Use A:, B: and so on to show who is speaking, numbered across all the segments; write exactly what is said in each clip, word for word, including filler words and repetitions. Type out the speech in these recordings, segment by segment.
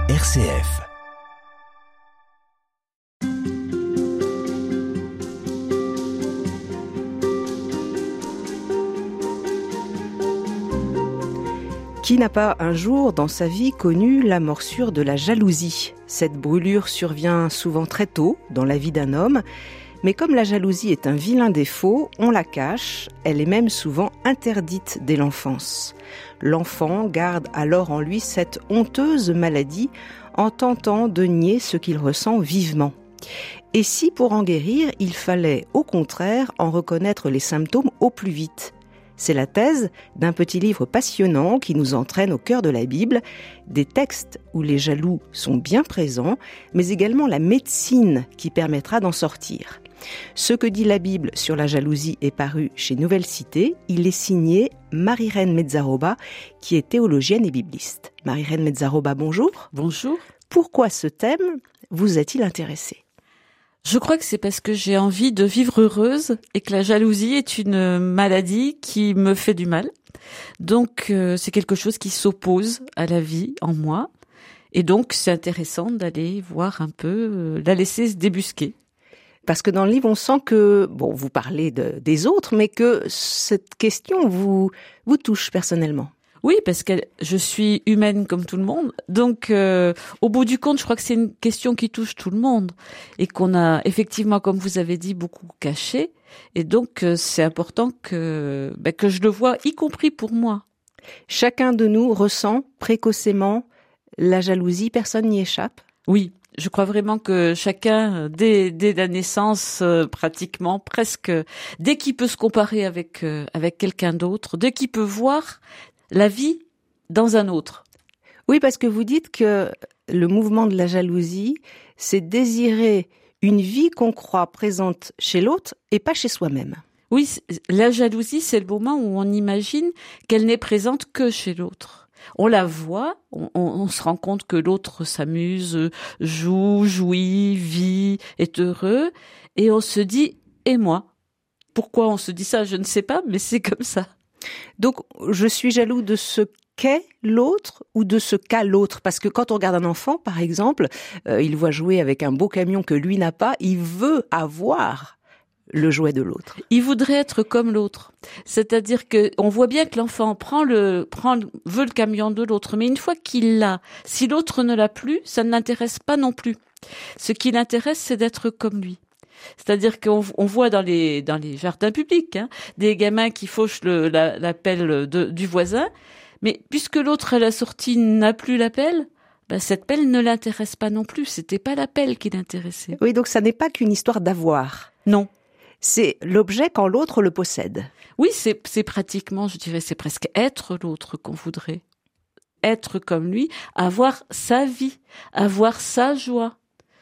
A: R C F.
B: Qui n'a pas un jour dans sa vie connu la morsure de la jalousie ? Cette brûlure survient souvent très tôt dans la vie d'un homme, mais comme la jalousie est un vilain défaut, on la cache, elle est même souvent interdite dès l'enfance. L'enfant garde alors en lui cette honteuse maladie en tentant de nier ce qu'il ressent vivement. Et si pour en guérir, il fallait au contraire en reconnaître les symptômes au plus vite ? C'est la thèse d'un petit livre passionnant qui nous entraîne au cœur de la Bible, des textes où les jaloux sont bien présents, mais également la médecine qui permettra d'en sortir. Ce que dit la Bible sur la jalousie est paru chez Nouvelle Cité. Il est signé Marie-Reine Mezzaroba, qui est théologienne et bibliste. Marie-Reine Mezzaroba, bonjour.
C: Bonjour.
B: Pourquoi ce thème vous a-t-il intéressé ?
C: Je crois que c'est parce que j'ai envie de vivre heureuse et que la jalousie est une maladie qui me fait du mal. Donc euh, c'est quelque chose qui s'oppose à la vie en moi. Et donc c'est intéressant d'aller voir un peu, euh, la laisser se débusquer.
B: Parce que dans le livre, on sent que, bon, vous parlez de, des autres, mais que cette question vous, vous touche personnellement.
C: Oui, parce que je suis humaine comme tout le monde. Donc, euh, au bout du compte, je crois que c'est une question qui touche tout le monde et qu'on a effectivement, comme vous avez dit, beaucoup caché. Et donc, euh, c'est important que, ben, que je le vois, y compris pour moi.
B: Chacun de nous ressent précocement la jalousie, personne n'y échappe.
C: Oui. Je crois vraiment que chacun, dès, dès la naissance, euh, pratiquement, presque, dès qu'il peut se comparer avec, euh, avec quelqu'un d'autre, dès qu'il peut voir la vie dans un autre.
B: Oui, parce que vous dites que le mouvement de la jalousie, c'est désirer une vie qu'on croit présente chez l'autre et pas chez soi-même.
C: Oui, la jalousie, c'est le moment où on imagine qu'elle n'est présente que chez l'autre. On la voit, on, on, on se rend compte que l'autre s'amuse, joue, jouit, vit, est heureux, et on se dit « et moi ?» Pourquoi on se dit ça, je ne sais pas, mais c'est comme ça.
B: Donc, je suis jaloux de ce qu'est l'autre ou de ce qu'a l'autre ? Parce que quand on regarde un enfant, par exemple, euh, il voit jouer avec un beau camion que lui n'a pas, il veut avoir le jouet de l'autre.
C: Il voudrait être comme l'autre. C'est-à-dire que on voit bien que l'enfant prend le, prend, veut le camion de l'autre, mais une fois qu'il l'a, si l'autre ne l'a plus, ça ne l'intéresse pas non plus. Ce qui l'intéresse, c'est d'être comme lui. C'est-à-dire qu'on on voit dans les, dans les jardins publics, hein, des gamins qui fauchent le, la, la pelle de, du voisin, mais puisque l'autre à la sortie n'a plus la pelle, ben cette pelle ne l'intéresse pas non plus. C'était pas la pelle qui l'intéressait.
B: Oui, donc ça n'est pas qu'une histoire d'avoir.
C: Non.
B: C'est l'objet quand l'autre le possède.
C: Oui, c'est, c'est pratiquement, je dirais, c'est presque être l'autre qu'on voudrait. Être comme lui, avoir sa vie, avoir sa joie.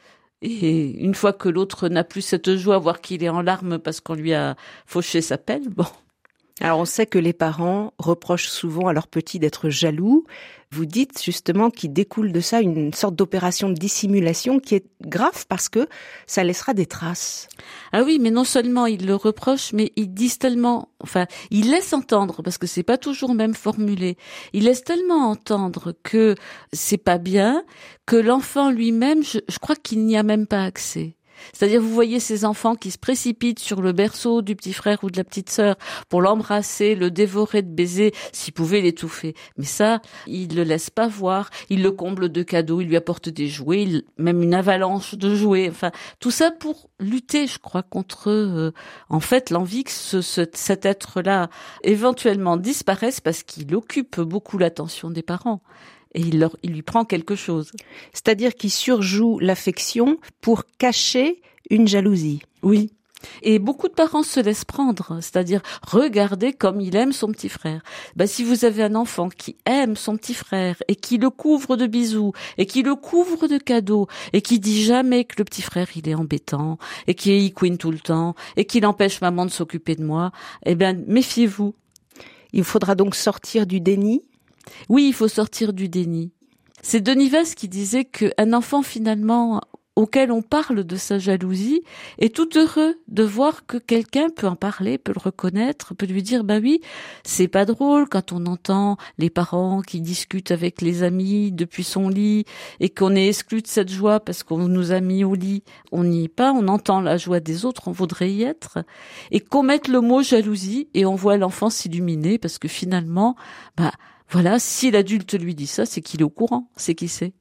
C: Et une fois que l'autre n'a plus cette joie, voir qu'il est en larmes parce qu'on lui a fauché sa pelle, bon.
B: Alors on sait que les parents reprochent souvent à leurs petits d'être jaloux. Vous dites justement qu'il découle de ça une sorte d'opération de dissimulation qui est grave parce que ça laissera des traces.
C: Ah oui, mais non seulement ils le reprochent, mais ils disent tellement, enfin, ils laissent entendre, parce que c'est pas toujours même formulé, ils laissent tellement entendre que c'est pas bien, que l'enfant lui-même, je, je crois qu'il n'y a même pas accès. C'est-à-dire, vous voyez ces enfants qui se précipitent sur le berceau du petit frère ou de la petite sœur pour l'embrasser, le dévorer de baisers, s'ils pouvaient l'étouffer. Mais ça, ils le laissent pas voir. Ils le comblent de cadeaux, ils lui apportent des jouets, ils, même une avalanche de jouets. Enfin, tout ça pour lutter, je crois, contre, euh, en fait, l'envie que ce, ce, cet être-là éventuellement disparaisse parce qu'il occupe beaucoup l'attention des parents. Et il, leur, il lui prend quelque chose.
B: C'est-à-dire qu'il surjoue l'affection pour cacher une jalousie.
C: Oui. Et beaucoup de parents se laissent prendre, c'est-à-dire regarder comme il aime son petit frère. Ben, si vous avez un enfant qui aime son petit frère et qui le couvre de bisous et qui le couvre de cadeaux et qui dit jamais que le petit frère il est embêtant et qu'il couine tout le temps et qu'il empêche maman de s'occuper de moi, eh ben méfiez-vous.
B: Il faudra donc sortir du déni.
C: Oui, il faut sortir du déni. C'est Denis Vaz qui disait qu'un enfant, finalement, auquel on parle de sa jalousie, est tout heureux de voir que quelqu'un peut en parler, peut le reconnaître, peut lui dire, bah oui, c'est pas drôle quand on entend les parents qui discutent avec les amis depuis son lit et qu'on est exclu de cette joie parce qu'on nous a mis au lit. On n'y est pas, on entend la joie des autres, on voudrait y être. Et qu'on mette le mot jalousie et on voit l'enfant s'illuminer parce que finalement, bah, voilà, si l'adulte lui dit ça, c'est qu'il est au courant, c'est qu'il sait.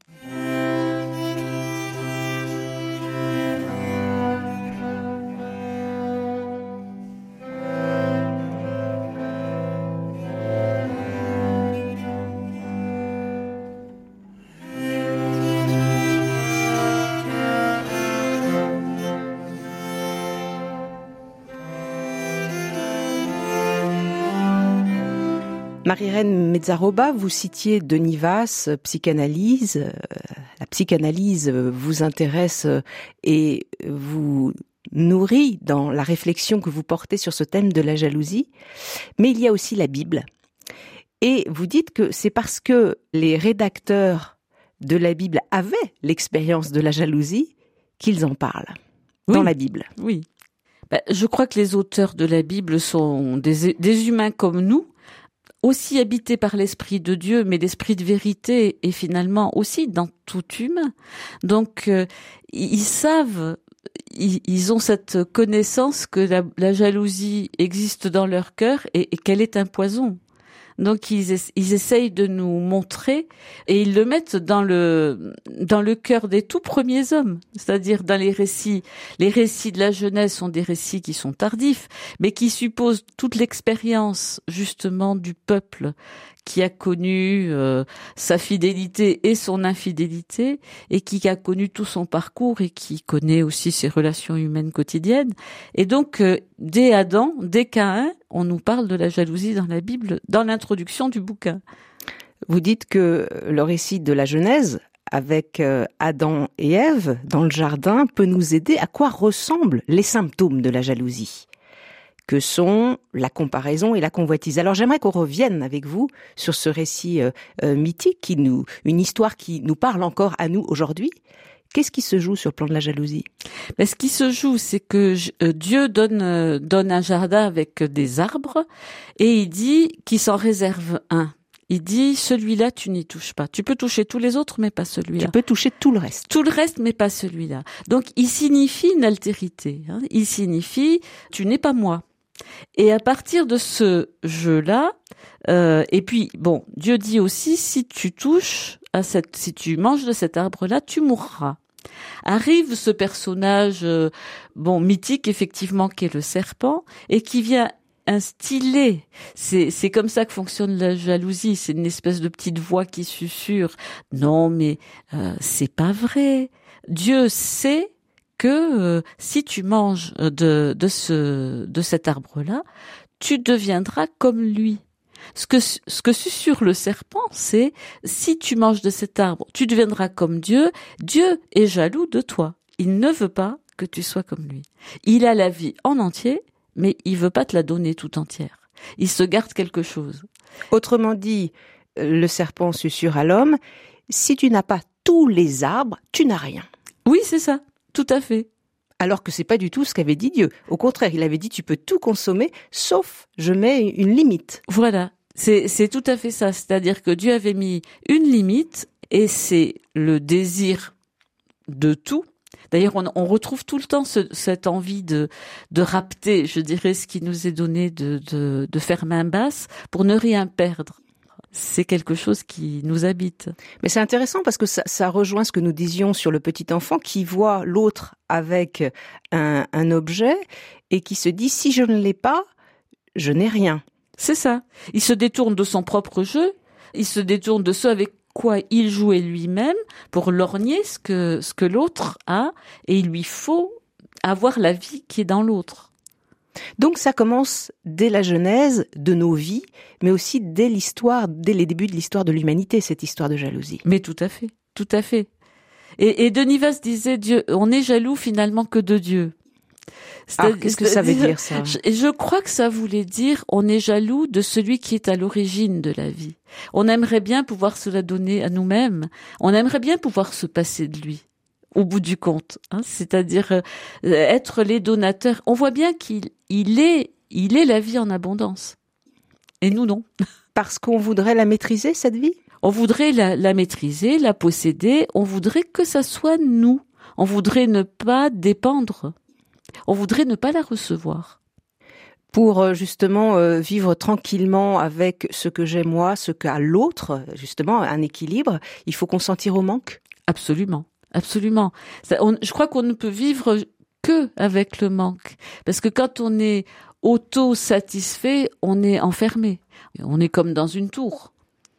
B: Marie-Reine Mezzaroba, vous citiez Denis Vasse, psychanalyse. La psychanalyse vous intéresse et vous nourrit dans la réflexion que vous portez sur ce thème de la jalousie. Mais il y a aussi la Bible. Et vous dites que c'est parce que les rédacteurs de la Bible avaient l'expérience de la jalousie qu'ils en parlent
C: oui,
B: dans la Bible.
C: Oui. Ben, je crois que les auteurs de la Bible sont des, des humains comme nous, aussi habités par l'Esprit de Dieu, mais l'Esprit de vérité est finalement aussi dans tout humain. Donc, euh, ils savent, ils, ils ont cette connaissance que la, la jalousie existe dans leur cœur et, et qu'elle est un poison. Donc, ils, ils essayent de nous montrer et ils le mettent dans le dans le cœur des tout premiers hommes, c'est-à-dire dans les récits. Les récits de la Genèse sont des récits qui sont tardifs, mais qui supposent toute l'expérience justement du peuple qui a connu euh, sa fidélité et son infidélité, et qui a connu tout son parcours et qui connaît aussi ses relations humaines quotidiennes. Et donc, euh, dès Adam, dès Caïn, on nous parle de la jalousie dans la Bible, dans l'introduction du bouquin.
B: Vous dites que le récit de la Genèse, avec euh, Adam et Ève dans le jardin, peut nous aider. À quoi ressemblent les symptômes de la jalousie ? Que sont la comparaison et la convoitise. Alors j'aimerais qu'on revienne avec vous sur ce récit euh, euh, mythique, qui nous, une histoire qui nous parle encore à nous aujourd'hui. Qu'est-ce qui se joue sur le plan de la jalousie ?
C: Ben, ce qui se joue, c'est que euh, Dieu donne, euh, donne un jardin avec des arbres et il dit qu'il s'en réserve un. Il dit, celui-là, tu n'y touches pas. Tu peux toucher tous les autres, mais pas celui-là.
B: Tu peux toucher tout le reste.
C: Tout le reste, mais pas celui-là. Donc, il signifie une altérité. Hein. Il signifie, tu n'es pas moi. Et à partir de ce jeu-là, euh, et puis bon, Dieu dit aussi, si tu touches à cette, si tu manges de cet arbre-là, tu mourras. Arrive ce personnage, euh, bon, mythique effectivement, qui est le serpent, et qui vient instiller. C'est, c'est comme ça que fonctionne la jalousie. C'est une espèce de petite voix qui susurre. Non, mais euh, c'est pas vrai. Dieu sait que euh, si tu manges de de ce de cet arbre-là, tu deviendras comme lui. Ce que ce que susurre le serpent, c'est si tu manges de cet arbre, tu deviendras comme Dieu. Dieu est jaloux de toi. Il ne veut pas que tu sois comme lui. Il a la vie en entier, mais il veut pas te la donner tout entière. Il se garde quelque chose.
B: Autrement dit, le serpent susurre à l'homme, si tu n'as pas tous les arbres, tu n'as rien.
C: Oui, c'est ça. Tout à fait.
B: Alors que c'est pas du tout ce qu'avait dit Dieu. Au contraire, il avait dit tu peux tout consommer, sauf je mets une limite.
C: Voilà, c'est c'est tout à fait ça. C'est-à-dire que Dieu avait mis une limite et c'est le désir de tout. D'ailleurs, on, on retrouve tout le temps ce, cette envie de de rapter, je dirais, ce qui nous est donné, de de de faire main basse pour ne rien perdre. C'est quelque chose qui nous habite.
B: Mais c'est intéressant parce que ça, ça rejoint ce que nous disions sur le petit enfant qui voit l'autre avec un, un objet et qui se dit si je ne l'ai pas, je n'ai rien.
C: C'est ça. Il se détourne de son propre jeu, il se détourne de ce avec quoi il jouait lui-même pour lorgner ce que ce que l'autre a, et il lui faut avoir la vie qui est dans l'autre.
B: Donc ça commence dès la genèse de nos vies, mais aussi dès l'histoire, dès les débuts de l'histoire de l'humanité, cette histoire de jalousie.
C: Mais tout à fait, tout à fait. Et, et Denis Vasse disait, Dieu, on est jaloux finalement que de Dieu.
B: Alors, qu'est-ce que ça veut dire, ça ?
C: je, je crois que ça voulait dire, on est jaloux de celui qui est à l'origine de la vie. On aimerait bien pouvoir se la donner à nous-mêmes. On aimerait bien pouvoir se passer de lui. au bout du compte, hein, c'est-à-dire euh, être les donateurs. On voit bien qu'il il est, il est la vie en abondance. Et nous, non.
B: Parce qu'on voudrait la maîtriser, cette vie ?
C: On voudrait la, la maîtriser, la posséder, on voudrait que ça soit nous. On voudrait ne pas dépendre. On voudrait ne pas la recevoir.
B: Pour justement euh, vivre tranquillement avec ce que j'ai moi, ce qu'a l'autre, justement un équilibre, il faut consentir au manque ?
C: Absolument, absolument. Ça, on, je crois qu'on ne peut vivre que avec le manque. Parce que quand on est auto-satisfait, on est enfermé. On est comme dans une tour.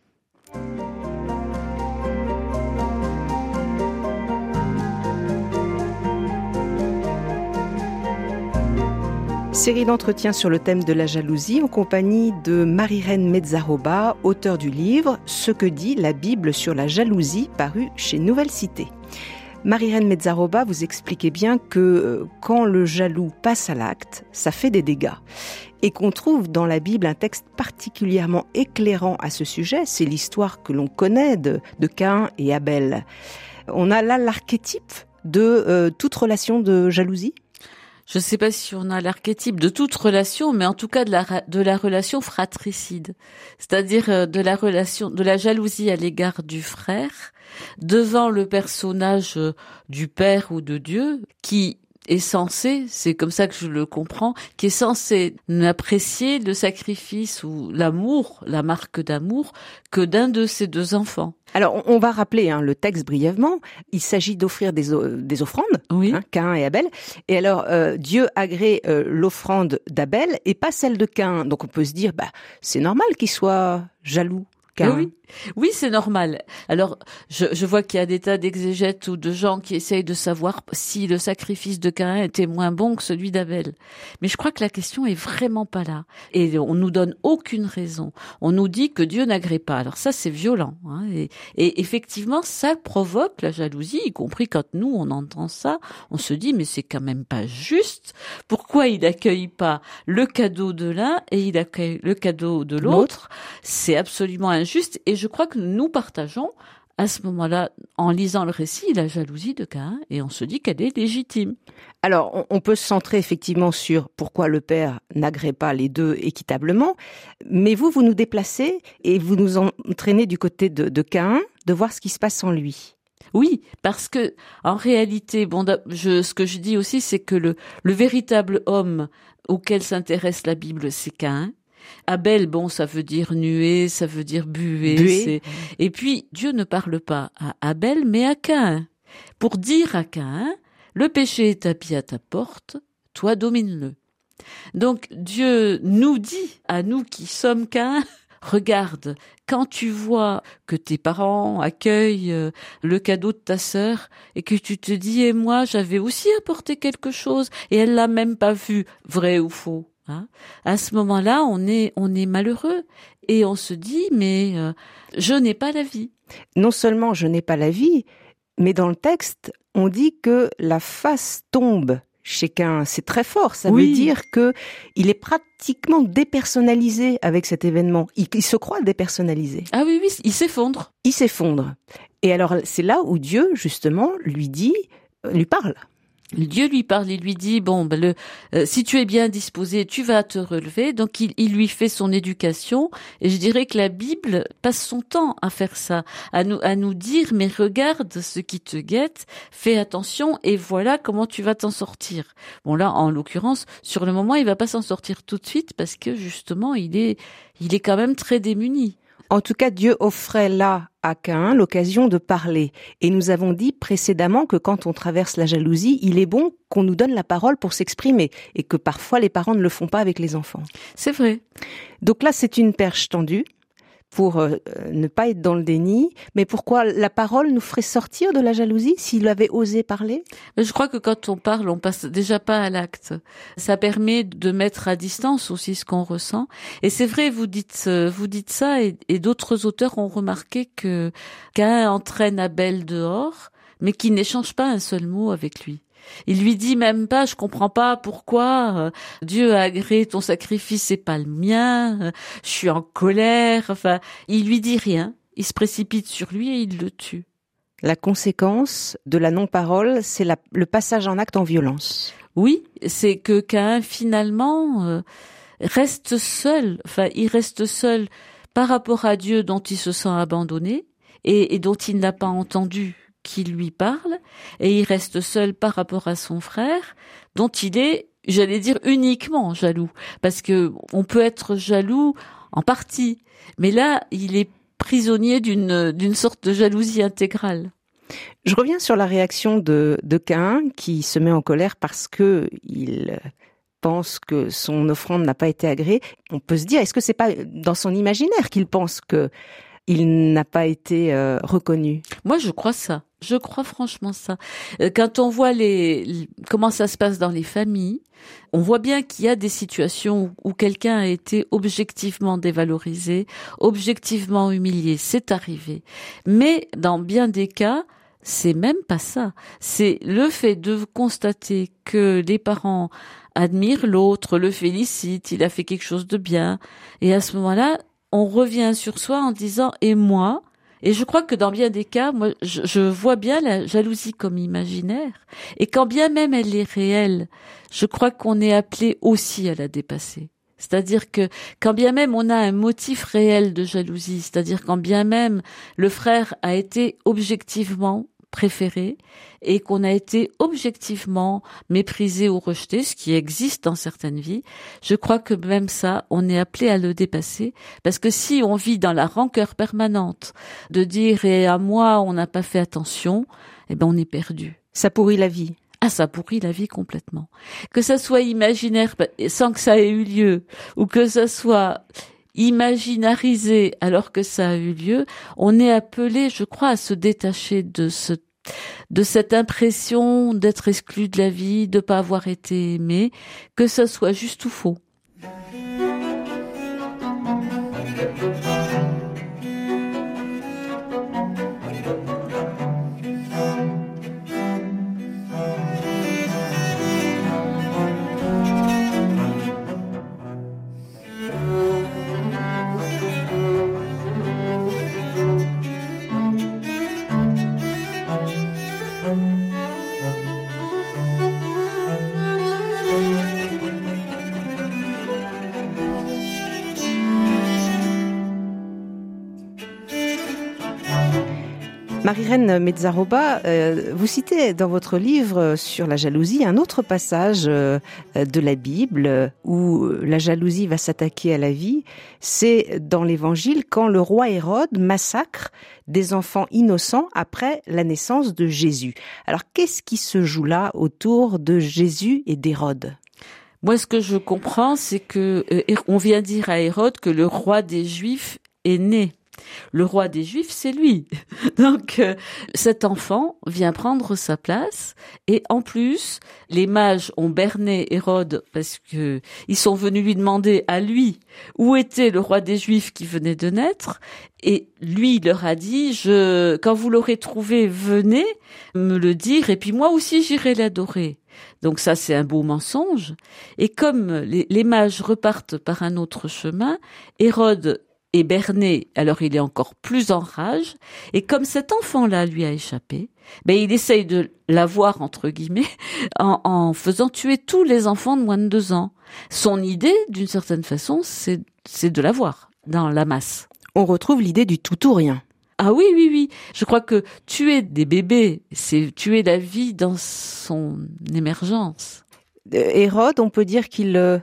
B: Série d'entretiens sur le thème de la jalousie en compagnie de Marie-Reine Mezzaroba, auteure du livre « Ce que dit la Bible sur la jalousie » paru chez Nouvelle Cité. Marie-Reine Mezzaroba, vous expliquez bien que euh, quand le jaloux passe à l'acte, ça fait des dégâts. Et qu'on trouve dans la Bible un texte particulièrement éclairant à ce sujet, c'est l'histoire que l'on connaît de, de Caïn et Abel. On a là l'archétype de euh, toute relation de jalousie ?
C: Je ne sais pas si on a l'archétype de toute relation, mais en tout cas de la, de la relation fratricide. C'est-à-dire de la relation, de la jalousie à l'égard du frère, devant le personnage du père ou de Dieu, qui est censé, c'est comme ça que je le comprends, qui est censé n'apprécier le sacrifice ou l'amour, la marque d'amour, que d'un de ses deux enfants.
B: Alors, on va rappeler hein, le texte brièvement. Il s'agit d'offrir des, des offrandes,
C: oui.
B: hein, Caïn et Abel. Et alors, euh, Dieu agrée euh, l'offrande d'Abel et pas celle de Caïn. Donc, on peut se dire, bah, c'est normal qu'il soit jaloux. Caïn.
C: Oui, oui, c'est normal. Alors, je, je vois qu'il y a des tas d'exégètes ou de gens qui essayent de savoir si le sacrifice de Caïn était moins bon que celui d'Abel. Mais je crois que la question est vraiment pas là. Et on nous donne aucune raison. On nous dit que Dieu n'agrée pas. Alors ça, c'est violent. Hein. Et, et effectivement, ça provoque la jalousie, y compris quand nous, on entend ça. On se dit, mais c'est quand même pas juste. Pourquoi il accueille pas le cadeau de l'un et il accueille le cadeau de l'autre, l'autre. C'est absolument injuste. Et je crois que nous partageons à ce moment-là, en lisant le récit, la jalousie de Caïn, et on se dit qu'elle est légitime.
B: Alors, on, on peut se centrer effectivement sur pourquoi le père n'agrée pas les deux équitablement, mais vous, vous nous déplacez et vous nous entraînez du côté de, de Caïn, de voir ce qui se passe en lui.
C: Oui, parce que en réalité, bon, je, ce que je dis aussi, c'est que le, le véritable homme auquel s'intéresse la Bible, c'est Caïn. Abel, bon, ça veut dire nuer, ça veut dire buer.
B: buer.
C: C'est... Et puis, Dieu ne parle pas à Abel, mais à Caïn. Pour dire à Caïn, le péché est tapis à ta porte, toi domine-le. Donc, Dieu nous dit, à nous qui sommes Caïn, regarde, quand tu vois que tes parents accueillent le cadeau de ta sœur et que tu te dis, et moi, j'avais aussi apporté quelque chose et elle l'a même pas vu, vrai ou faux. Hein, à ce moment-là, on est, on est malheureux et on se dit, mais euh, je n'ai pas la vie.
B: Non seulement je n'ai pas la vie, mais dans le texte, on dit que la face tombe chez Caïn. C'est très fort, ça
C: oui.
B: veut dire que il est pratiquement dépersonnalisé avec cet événement. Il, il se croit dépersonnalisé.
C: Ah oui, oui, il s'effondre.
B: Il s'effondre. Et alors, c'est là où Dieu, justement, lui dit, lui parle.
C: Dieu lui parle, il lui dit, bon, ben le, euh, si tu es bien disposé, tu vas te relever. Donc, il, il lui fait son éducation. Et je dirais que la Bible passe son temps à faire ça, à nous, à nous dire, mais regarde ce qui te guette, fais attention et voilà comment tu vas t'en sortir. Bon, là, en l'occurrence, sur le moment, il va pas s'en sortir tout de suite parce que, justement, il est, il est quand même très démuni.
B: En tout cas, Dieu offrait là à Caïn l'occasion de parler. Et nous avons dit précédemment que quand on traverse la jalousie, il est bon qu'on nous donne la parole pour s'exprimer et que parfois les parents ne le font pas avec les enfants.
C: C'est vrai.
B: Donc là, c'est une perche tendue pour euh, ne pas être dans le déni. Mais pourquoi la parole nous ferait sortir de la jalousie s'il avait osé parler ?
C: Je crois que quand on parle, on passe déjà pas à l'acte. Ça permet de mettre à distance aussi ce qu'on ressent. Et c'est vrai, vous dites, vous dites ça, et, et d'autres auteurs ont remarqué que Caïn entraîne Abel dehors, mais qu'il n'échange pas un seul mot avec lui. Il lui dit même pas, je comprends pas pourquoi euh, Dieu a agréé ton sacrifice, c'est pas le mien, euh, je suis en colère. Enfin, il lui dit rien. Il se précipite sur lui et il le tue.
B: La conséquence de la non-parole, c'est la, le passage en acte en violence.
C: Oui, c'est que Caïn finalement euh, reste seul, enfin il reste seul par rapport à Dieu dont il se sent abandonné et, et dont il n'a pas entendu qu'il lui parle, et il reste seul par rapport à son frère dont il est, j'allais dire, uniquement jaloux, parce que on peut être jaloux en partie, mais là il est prisonnier d'une d'une sorte de jalousie intégrale.
B: Je reviens sur la réaction de, de Caïn qui se met en colère parce que il pense que son offrande n'a pas été agréée. On peut se dire, est-ce que c'est pas dans son imaginaire qu'il pense que il n'a pas été euh, reconnu?
C: Moi, je crois ça. Je crois franchement ça. Quand on voit les, les comment ça se passe dans les familles, on voit bien qu'il y a des situations où, où quelqu'un a été objectivement dévalorisé, objectivement humilié. C'est arrivé. Mais dans bien des cas, c'est même pas ça. C'est le fait de constater que les parents admirent l'autre, le félicitent, il a fait quelque chose de bien. Et à ce moment-là, on revient sur soi en disant « et moi ?» Et je crois que dans bien des cas, moi, je, je vois bien la jalousie comme imaginaire. Et quand bien même elle est réelle, je crois qu'on est appelé aussi à la dépasser. C'est-à-dire que quand bien même on a un motif réel de jalousie, c'est-à-dire quand bien même le frère a été objectivement préféré et qu'on a été objectivement méprisé ou rejeté, ce qui existe dans certaines vies, je crois que même ça, on est appelé à le dépasser, parce que si on vit dans la rancœur permanente de dire « et à moi, on n'a pas fait attention », eh ben on est perdu.
B: Ça pourrit la vie.
C: Ah, ça pourrit la vie complètement. Que ça soit imaginaire sans que ça ait eu lieu, ou que ça soit imaginarisé alors que ça a eu lieu, on est appelé, je crois, à se détacher de ce de cette impression d'être exclu de la vie, de pas avoir été aimé, que ça soit juste ou faux.
B: Marie-Reine Mezzaroba, euh, vous citez dans votre livre sur la jalousie un autre passage euh, de la Bible où la jalousie va s'attaquer à la vie. C'est dans l'Évangile quand le roi Hérode massacre des enfants innocents après la naissance de Jésus. Alors qu'est-ce qui se joue là autour de Jésus et d'Hérode ?
C: Moi, ce que je comprends, c'est que euh, on vient dire à Hérode que le roi des Juifs est né. Le roi des Juifs, c'est lui. Donc, euh, cet enfant vient prendre sa place. Et en plus, les mages ont berné Hérode parce que ils sont venus lui demander à lui où était le roi des Juifs qui venait de naître. Et lui, il leur a dit, je, quand vous l'aurez trouvé, venez me le dire. Et puis moi aussi, j'irai l'adorer. Donc ça, c'est un beau mensonge. Et comme les, les mages repartent par un autre chemin, Hérode est berné, alors il est encore plus en rage, et comme cet enfant-là lui a échappé, ben il essaye de l'avoir, entre guillemets, en, en faisant tuer tous les enfants de moins de deux ans. Son idée, d'une certaine façon, c'est, c'est de l'avoir dans la masse.
B: On retrouve l'idée du tout ou rien.
C: Ah oui, oui, oui. Je crois que tuer des bébés, c'est tuer la vie dans son émergence.
B: Hérode, on peut dire qu'il euh,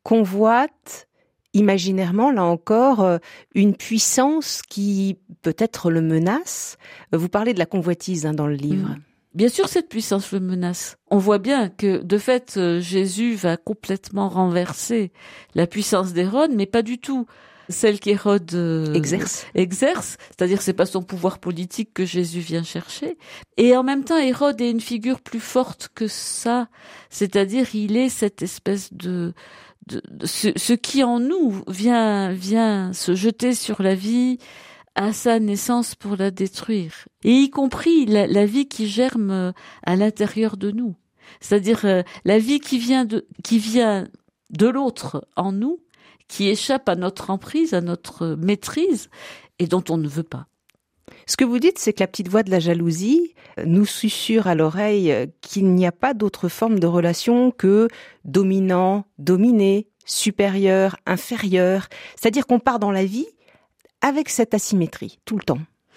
B: convoite imaginairement, là encore, une puissance qui peut-être le menace. Vous parlez de la convoitise hein, dans le livre. Mmh.
C: Bien sûr, cette puissance le menace. On voit bien que, de fait, Jésus va complètement renverser la puissance d'Hérode, mais pas du tout celle qu'Hérode euh,
B: exerce.
C: exerce. C'est-à-dire, c'est pas son pouvoir politique que Jésus vient chercher. Et en même temps, Hérode est une figure plus forte que ça. C'est-à-dire, il est cette espèce de De, de ce, ce qui en nous vient vient se jeter sur la vie à sa naissance pour la détruire, et y compris la, la vie qui germe à l'intérieur de nous, c'est-à-dire euh, la vie qui vient de qui vient de l'autre en nous, qui échappe à notre emprise, à notre maîtrise, et dont on ne veut pas.
B: Ce que vous dites, c'est que la petite voix de la jalousie nous susurre à l'oreille qu'il n'y a pas d'autre forme de relation que dominant, dominé, supérieur, inférieur. C'est-à-dire qu'on part dans la vie avec cette asymétrie, tout le temps.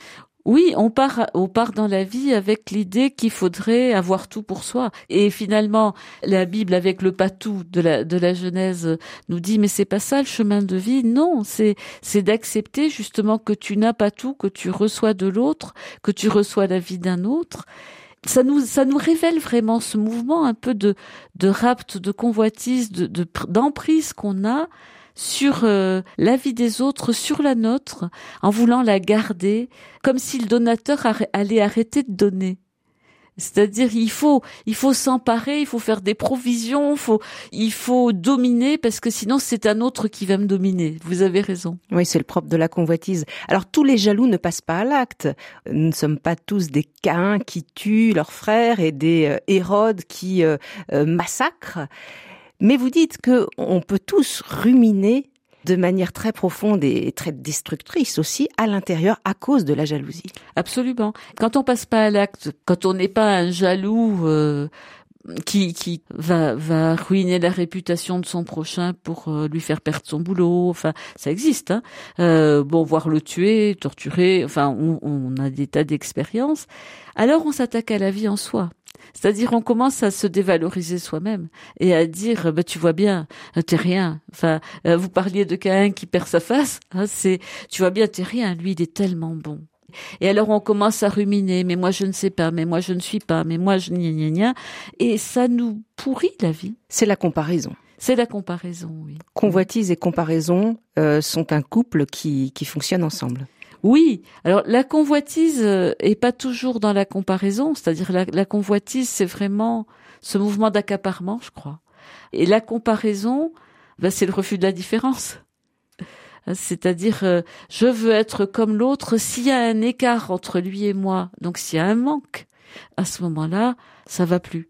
C: Oui, on part, on part dans la vie avec l'idée qu'il faudrait avoir tout pour soi. Et finalement, la Bible, avec le patou de la, de la Genèse, nous dit, mais c'est pas ça le chemin de vie. Non, c'est, c'est d'accepter justement que tu n'as pas tout, que tu reçois de l'autre, que tu reçois la vie d'un autre. Ça nous, ça nous révèle vraiment ce mouvement un peu de, de rapt, de convoitise, de, de, d'emprise qu'on a sur euh, la vie des autres, sur la nôtre, en voulant la garder, comme si le donateur arr- allait arrêter de donner. C'est-à-dire, il faut, il faut s'emparer, il faut faire des provisions, il faut, il faut dominer, parce que sinon c'est un autre qui va me dominer. Vous avez raison.
B: Oui, c'est le propre de la convoitise. Alors, tous les jaloux ne passent pas à l'acte. Nous ne sommes pas tous des Caïns qui tuent leurs frères et des euh, Hérodes qui euh, euh, massacrent. Mais vous dites que on peut tous ruminer de manière très profonde et très destructrice aussi à l'intérieur à cause de la jalousie.
C: Absolument. Quand on passe pas à l'acte, quand on n'est pas un jaloux euh, qui qui va va ruiner la réputation de son prochain pour euh, lui faire perdre son boulot, enfin ça existe. Hein. Euh, bon, voir le tuer, torturer, enfin on, on a des tas d'expériences. Alors on s'attaque à la vie en soi. C'est-à-dire, on commence à se dévaloriser soi-même et à dire, bah, tu vois bien, t'es rien. Enfin, euh, vous parliez de Caïn qui perd sa face. Hein, c'est, tu vois bien, t'es rien. Lui, il est tellement bon. Et alors, on commence à ruminer. Mais moi, je ne sais pas. Mais moi, je ne suis pas. Mais moi, je gna gna gna. Et ça nous pourrit la vie. C'est
B: la comparaison.
C: C'est la comparaison, oui.
B: Convoitise et comparaison euh, sont un couple qui qui fonctionne ensemble.
C: Oui, alors la convoitise est pas toujours dans la comparaison, c'est-à-dire la, la convoitise, c'est vraiment ce mouvement d'accaparement, je crois. Et la comparaison, ben, c'est le refus de la différence. C'est-à-dire, euh, je veux être comme l'autre. S'il y a un écart entre lui et moi, donc s'il y a un manque, à ce moment-là, ça va plus.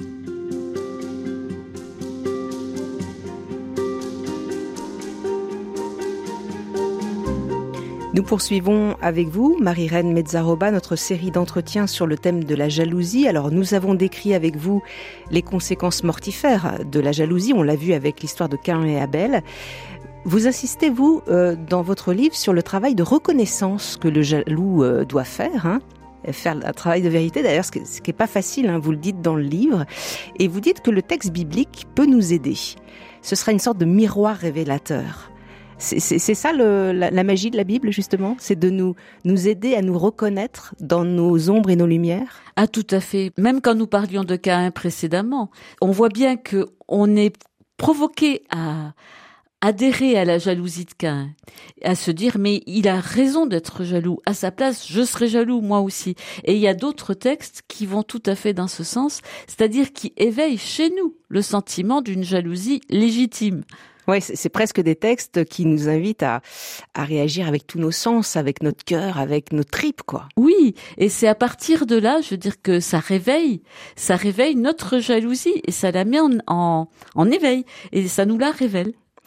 B: Nous poursuivons avec vous, Marie-Reine Mezzaroba, notre série d'entretiens sur le thème de la jalousie. Alors, nous avons décrit avec vous les conséquences mortifères de la jalousie. On l'a vu avec l'histoire de Caïn et Abel. Vous insistez, vous, euh, dans votre livre, sur le travail de reconnaissance que le jaloux euh, doit faire, hein, faire un travail de vérité, d'ailleurs, ce qui n'est pas facile, hein, vous le dites dans le livre. Et vous dites que le texte biblique peut nous aider. Ce sera une sorte de miroir révélateur. C'est, c'est, c'est ça le, la, la magie de la Bible, justement, c'est de nous, nous aider à nous reconnaître dans nos ombres et nos lumières.
C: Ah, tout à fait. Même quand nous parlions de Caïn précédemment, on voit bien que on est provoqué à adhérer à la jalousie de Caïn, à se dire mais il a raison d'être jaloux. À sa place, je serai jaloux moi aussi. Et il y a d'autres textes qui vont tout à fait dans ce sens, c'est-à-dire qui éveillent chez nous le sentiment d'une jalousie légitime.
B: Oui, c'est, c'est presque des textes qui nous invitent à, à réagir avec tous nos sens, avec notre cœur, avec nos tripes, quoi.
C: Oui, et c'est à partir de là, je veux dire que ça réveille, ça réveille notre jalousie et ça la met en, en, en éveil et ça nous la révèle.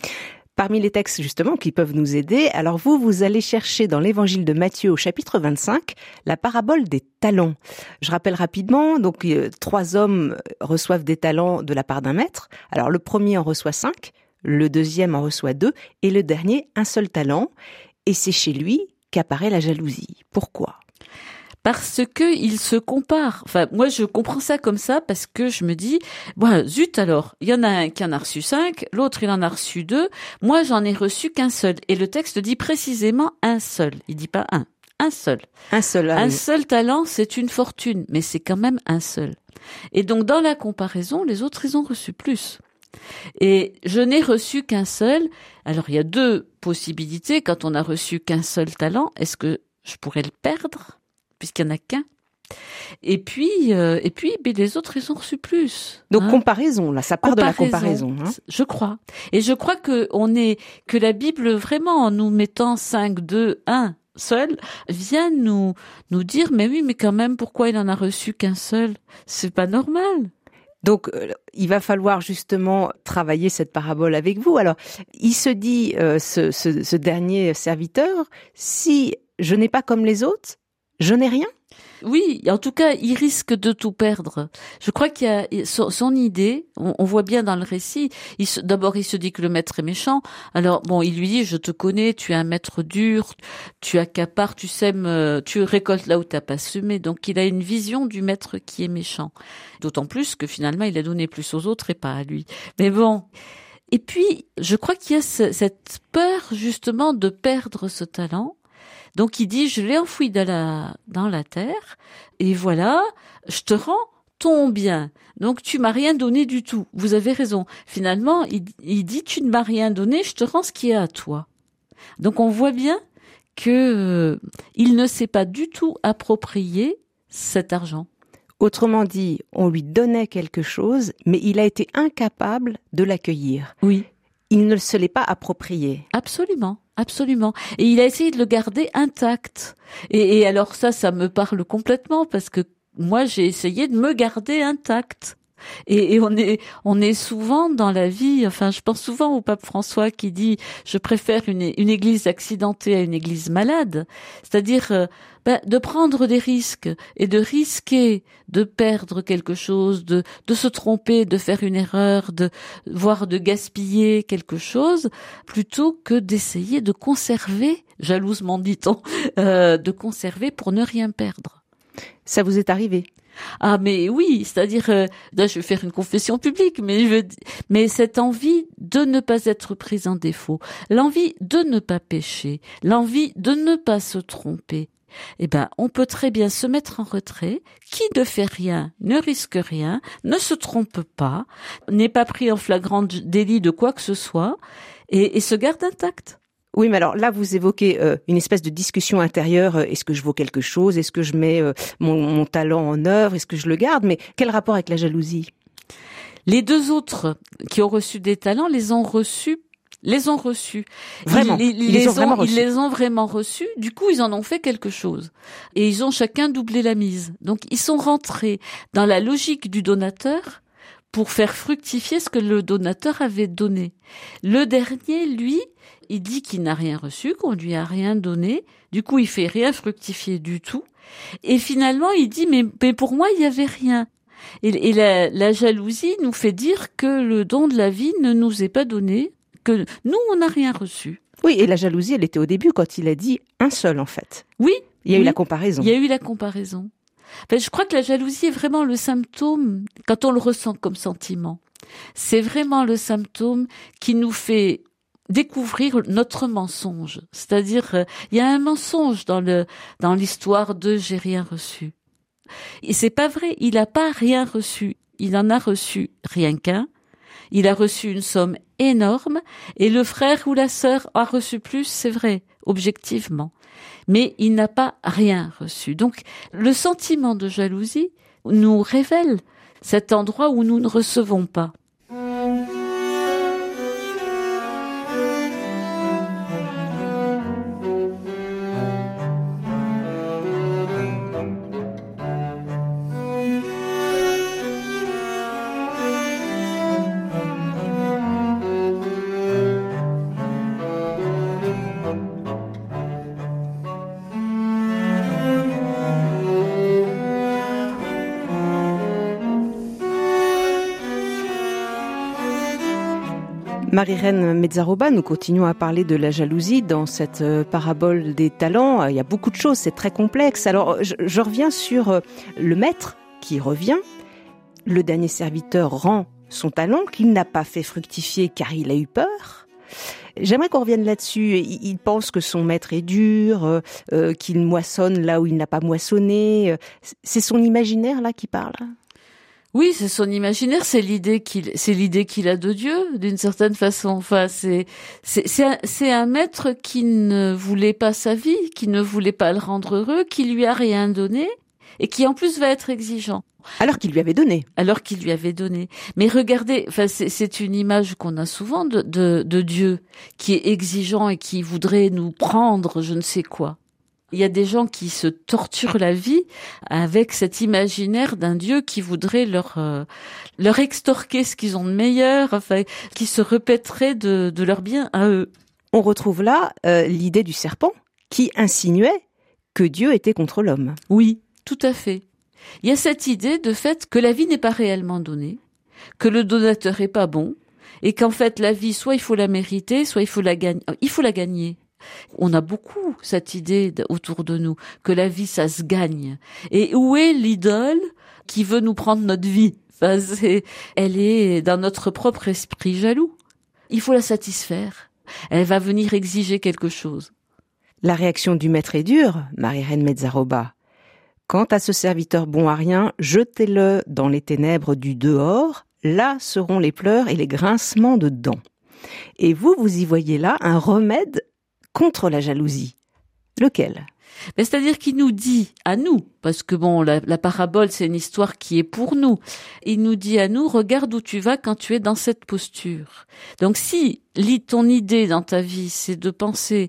B: Parmi les textes, justement, qui peuvent nous aider, alors vous, vous allez chercher dans l'évangile de Matthieu au chapitre vingt-cinq, la parabole des talents. Je rappelle rapidement, donc, euh, trois hommes reçoivent des talents de la part d'un maître. Alors, le premier en reçoit cinq, le deuxième en reçoit deux, et le dernier, un seul talent. Et c'est chez lui qu'apparaît la jalousie. Pourquoi ?
C: Parce que il se compare. Enfin, moi, je comprends ça comme ça parce que je me dis, bon, zut alors, il y en a un qui en a reçu cinq, l'autre il en a reçu deux, moi j'en ai reçu qu'un seul. Et le texte dit précisément un seul. Il dit pas un, un seul.
B: Un seul. Ah
C: un
B: oui.
C: seul talent, c'est une fortune, mais c'est quand même un seul. Et donc dans la comparaison, les autres ils ont reçu plus. Et je n'ai reçu qu'un seul. Alors il y a deux possibilités. Quand on a reçu qu'un seul talent, est-ce que je pourrais le perdre puisqu'il n'y en a qu'un? Et puis, euh, et puis, ben, les autres, ils ont reçu plus.
B: Donc
C: hein.
B: comparaison, là, ça part
C: comparaison,
B: de la comparaison. Hein.
C: Je crois. Et je crois que on est, que la Bible vraiment, en nous mettant cinq, deux, un seul, vient nous nous dire, mais oui, mais quand même, pourquoi il en a reçu qu'un seul? C'est pas normal.
B: Donc, euh, il va falloir justement travailler cette parabole avec vous. Alors, il se dit, euh, ce, ce, ce dernier serviteur, si je n'ai pas comme les autres, Je n'ai rien ?
C: Oui, en tout cas, il risque de tout perdre. Je crois qu'il y a son, son idée, on, on voit bien dans le récit, il se, d'abord il se dit que le maître est méchant, alors bon, il lui dit, je te connais, tu es un maître dur, tu accapares, tu sèmes, tu récoltes là où t'as pas semé, donc il a une vision du maître qui est méchant. D'autant plus que finalement, il a donné plus aux autres et pas à lui. Mais bon... Et puis, je crois qu'il y a ce, cette peur justement de perdre ce talent. Donc il dit, je l'ai enfoui dans la, dans la terre, et voilà, je te rends ton bien. Donc tu m'as rien donné du tout. Vous avez raison. Finalement, il, il dit, tu ne m'as rien donné, je te rends ce qui est à toi. Donc on voit bien que euh, il ne s'est pas du tout approprié cet argent.
B: Autrement dit, on lui donnait quelque chose, mais il a été incapable de l'accueillir.
C: Oui.
B: Il ne se l'est pas approprié.
C: Absolument, absolument. Et il a essayé de le garder intact. Et, et alors ça, ça me parle complètement parce que moi, j'ai essayé de me garder intact. Et, et on est, on est souvent dans la vie, enfin, je pense souvent au pape François qui dit, je préfère une, une église accidentée à une église malade. C'est-à-dire, euh, ben, de prendre des risques et de risquer de perdre quelque chose, de, de se tromper, de faire une erreur, de, voire de gaspiller quelque chose, plutôt que d'essayer de conserver, jalousement dit-on, euh, de conserver pour ne rien perdre.
B: Ça vous est arrivé ?
C: Ah mais oui, c'est-à-dire euh, là je vais faire une confession publique, mais je veux, mais cette envie de ne pas être prise en défaut, l'envie de ne pas pécher, l'envie de ne pas se tromper. Eh ben, on peut très bien se mettre en retrait. Qui ne fait rien, ne risque rien, ne se trompe pas, n'est pas pris en flagrant délit de quoi que ce soit, et, et se garde intact.
B: Oui, mais alors là, vous évoquez euh, une espèce de discussion intérieure. Est-ce que je vaux quelque chose ? Est-ce que je mets euh, mon, mon talent en œuvre ? Est-ce que je le garde ? Mais quel rapport avec la jalousie ?
C: Les deux autres qui ont reçu des talents les ont reçus, les ont reçus.
B: Vraiment,
C: ils, ils,
B: ils,
C: les
B: les ont
C: ont,
B: vraiment reçus.
C: Ils les ont vraiment reçus. Du coup, ils en ont fait quelque chose. Et ils ont chacun doublé la mise. Donc, ils sont rentrés dans la logique du donateur pour faire fructifier ce que le donateur avait donné. Le dernier, lui, il dit qu'il n'a rien reçu, qu'on lui a rien donné. Du coup, il fait rien fructifier du tout. Et finalement, il dit, mais, mais pour moi, il y avait rien. Et, et la, la jalousie nous fait dire que le don de la vie ne nous est pas donné, que nous, on n'a rien reçu.
B: Oui, et la jalousie, elle était au début quand il a dit un seul, en fait.
C: Oui.
B: Il y a
C: oui,
B: eu la comparaison.
C: Il y a eu la comparaison. Enfin, je crois que la jalousie est vraiment le symptôme, quand on le ressent comme sentiment, c'est vraiment le symptôme qui nous fait découvrir notre mensonge. C'est-à-dire, euh, il y a un mensonge dans le dans l'histoire de j'ai rien reçu. Et c'est pas vrai, il n'a pas rien reçu. Il en a reçu rien qu'un. Il a reçu une somme énorme et le frère ou la sœur a reçu plus, c'est vrai, objectivement. Mais il n'a pas rien reçu. Donc, le sentiment de jalousie nous révèle cet endroit où nous ne recevons pas.
B: Marie-Reine Mezzaroba, nous continuons à parler de la jalousie dans cette parabole des talents. Il y a beaucoup de choses, c'est très complexe. Alors, je, je reviens sur le maître qui revient. Le dernier serviteur rend son talent qu'il n'a pas fait fructifier car il a eu peur. J'aimerais qu'on revienne là-dessus. Il, il pense que son maître est dur, euh, qu'il moissonne là où il n'a pas moissonné. C'est son imaginaire là qui parle.
C: Oui, c'est son imaginaire, c'est l'idée qu'il, c'est l'idée qu'il a de Dieu, d'une certaine façon. Enfin, c'est, c'est, c'est un, c'est un maître qui ne voulait pas sa vie, qui ne voulait pas le rendre heureux, qui lui a rien donné, et qui en plus va être exigeant.
B: Alors qu'il lui avait donné.
C: Alors qu'il lui avait donné. Mais regardez, enfin, c'est, c'est une image qu'on a souvent de, de, de Dieu, qui est exigeant et qui voudrait nous prendre je ne sais quoi. Il y a des gens qui se torturent la vie avec cet imaginaire d'un Dieu qui voudrait leur euh, leur extorquer ce qu'ils ont de meilleur, enfin, qui se répéterait de, de leur bien à eux.
B: On retrouve là euh, l'idée du serpent qui insinuait que Dieu était contre l'homme.
C: Oui, tout à fait. Il y a cette idée de fait que la vie n'est pas réellement donnée, que le donateur est pas bon, et qu'en fait la vie, soit il faut la mériter, soit il faut la gagner. Il faut la gagner. On a beaucoup cette idée autour de nous, que la vie, ça se gagne. Et où est l'idole qui veut nous prendre notre vie? Enfin, c'est, elle est dans notre propre esprit jaloux. Il faut la satisfaire. Elle va venir exiger quelque chose.
B: La réaction du maître est dure, Marie-Reine Mezzaroba. Quant à ce serviteur bon à rien, jetez-le dans les ténèbres du dehors, là seront les pleurs et les grincements de dents. Et vous, vous y voyez là un remède contre la jalousie. Lequel ?
C: Mais c'est-à-dire qu'il nous dit à nous, parce que bon, la, la parabole, c'est une histoire qui est pour nous. Il nous dit à nous, regarde où tu vas quand tu es dans cette posture. Donc si ton idée dans ta vie, c'est de penser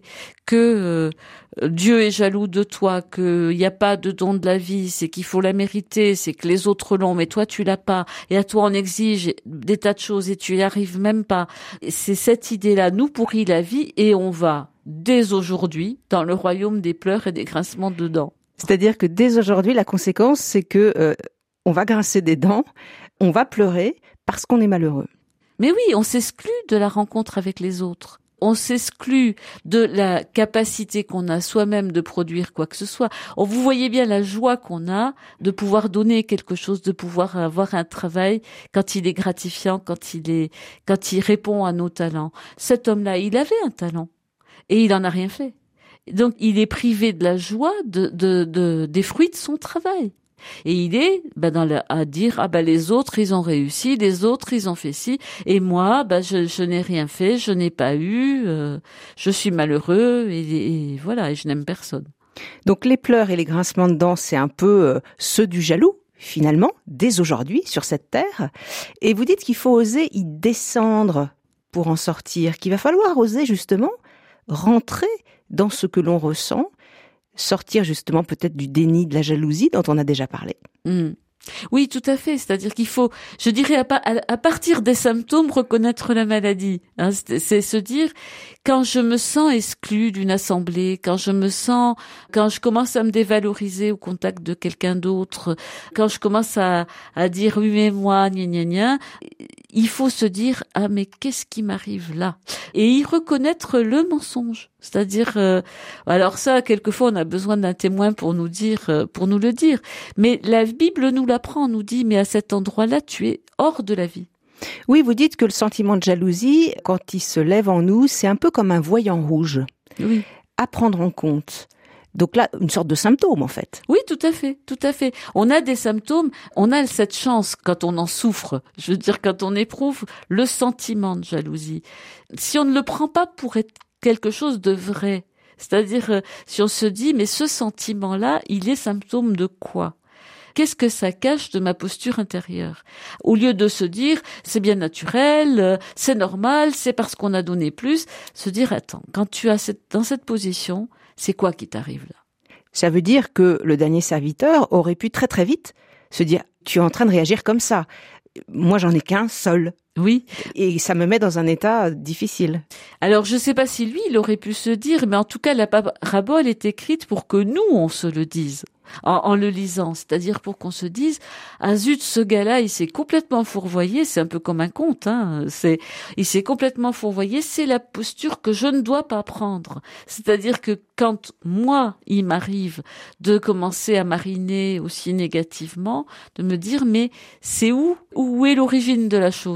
C: que euh, Dieu est jaloux de toi, qu'il n'y a pas de don de la vie, c'est qu'il faut la mériter, c'est que les autres l'ont, mais toi tu l'as pas, et à toi on exige des tas de choses et tu y arrives même pas. C'est cette idée-là nous pourrit la vie et on va dès aujourd'hui dans le royaume des pleurs et des grincements de dents.
B: C'est-à-dire que dès aujourd'hui, la conséquence, c'est que euh, on va grincer des dents, on va pleurer parce qu'on est malheureux.
C: Mais oui, on s'exclut de la rencontre avec les autres. On s'exclut de la capacité qu'on a soi-même de produire quoi que ce soit. Vous voyez bien la joie qu'on a de pouvoir donner quelque chose, de pouvoir avoir un travail quand il est gratifiant, quand il est, quand il répond à nos talents. Cet homme-là, il avait un talent. Et il en a rien fait. Donc, il est privé de la joie de, de, de, des fruits de son travail. Et il est, ben, dans la, à dire, ah, ben, les autres, ils ont réussi, les autres, ils ont fait ci, et moi, ben, je, je n'ai rien fait, je n'ai pas eu, euh, je suis malheureux, et, et voilà, et je n'aime personne.
B: Donc, les pleurs et les grincements de dents, c'est un peu euh, ceux du jaloux, finalement, dès aujourd'hui, sur cette terre. Et vous dites qu'il faut oser y descendre pour en sortir, qu'il va falloir oser, justement, rentrer dans ce que l'on ressent, sortir justement peut-être du déni de la jalousie dont on a déjà parlé.
C: Mmh. Oui, tout à fait. C'est-à-dire qu'il faut, je dirais, à, pa- à partir des symptômes, reconnaître la maladie. Hein, c'est, c'est se dire, quand je me sens exclue d'une assemblée, quand je me sens, quand je commence à me dévaloriser au contact de quelqu'un d'autre, quand je commence à, à dire oui mais moi, gna gna gna, il faut se dire ah mais qu'est-ce qui m'arrive là, et y reconnaître le mensonge. C'est-à-dire, euh, alors ça, quelquefois, on a besoin d'un témoin pour nous dire, euh, pour nous le dire. Mais la Bible nous l'apprend, nous dit, mais à cet endroit-là, tu es hors de la vie.
B: Oui, vous dites que le sentiment de jalousie, quand il se lève en nous, c'est un peu comme un voyant rouge.
C: Oui.
B: À prendre en compte. Donc là, une sorte de symptôme, en fait.
C: Oui, tout à fait, tout à fait. On a des symptômes, on a cette chance quand on en souffre. Je veux dire, quand on éprouve le sentiment de jalousie. Si on ne le prend pas pour être quelque chose de vrai, c'est-à-dire euh, si on se dit mais ce sentiment-là, il est symptôme de quoi ? Qu'est-ce que ça cache de ma posture intérieure ? Au lieu de se dire c'est bien naturel, euh, c'est normal, c'est parce qu'on a donné plus, se dire attends, quand tu as cette, dans cette position, c'est quoi qui t'arrive là ?
B: Ça veut dire que le dernier serviteur aurait pu très très vite se dire tu es en train de réagir comme ça. Moi j'en ai qu'un seul.
C: Oui.
B: Et ça me met dans un état difficile.
C: Alors, je ne sais pas si lui, il aurait pu se dire, mais en tout cas, la parabole est écrite pour que nous, on se le dise, en, en le lisant. C'est-à-dire pour qu'on se dise, ah zut, ce gars-là, il s'est complètement fourvoyé, c'est un peu comme un conte, hein. C'est, il s'est complètement fourvoyé, c'est la posture que je ne dois pas prendre. C'est-à-dire que quand moi, il m'arrive de commencer à mariner aussi négativement, de me dire, mais c'est où, où est l'origine de la chose ?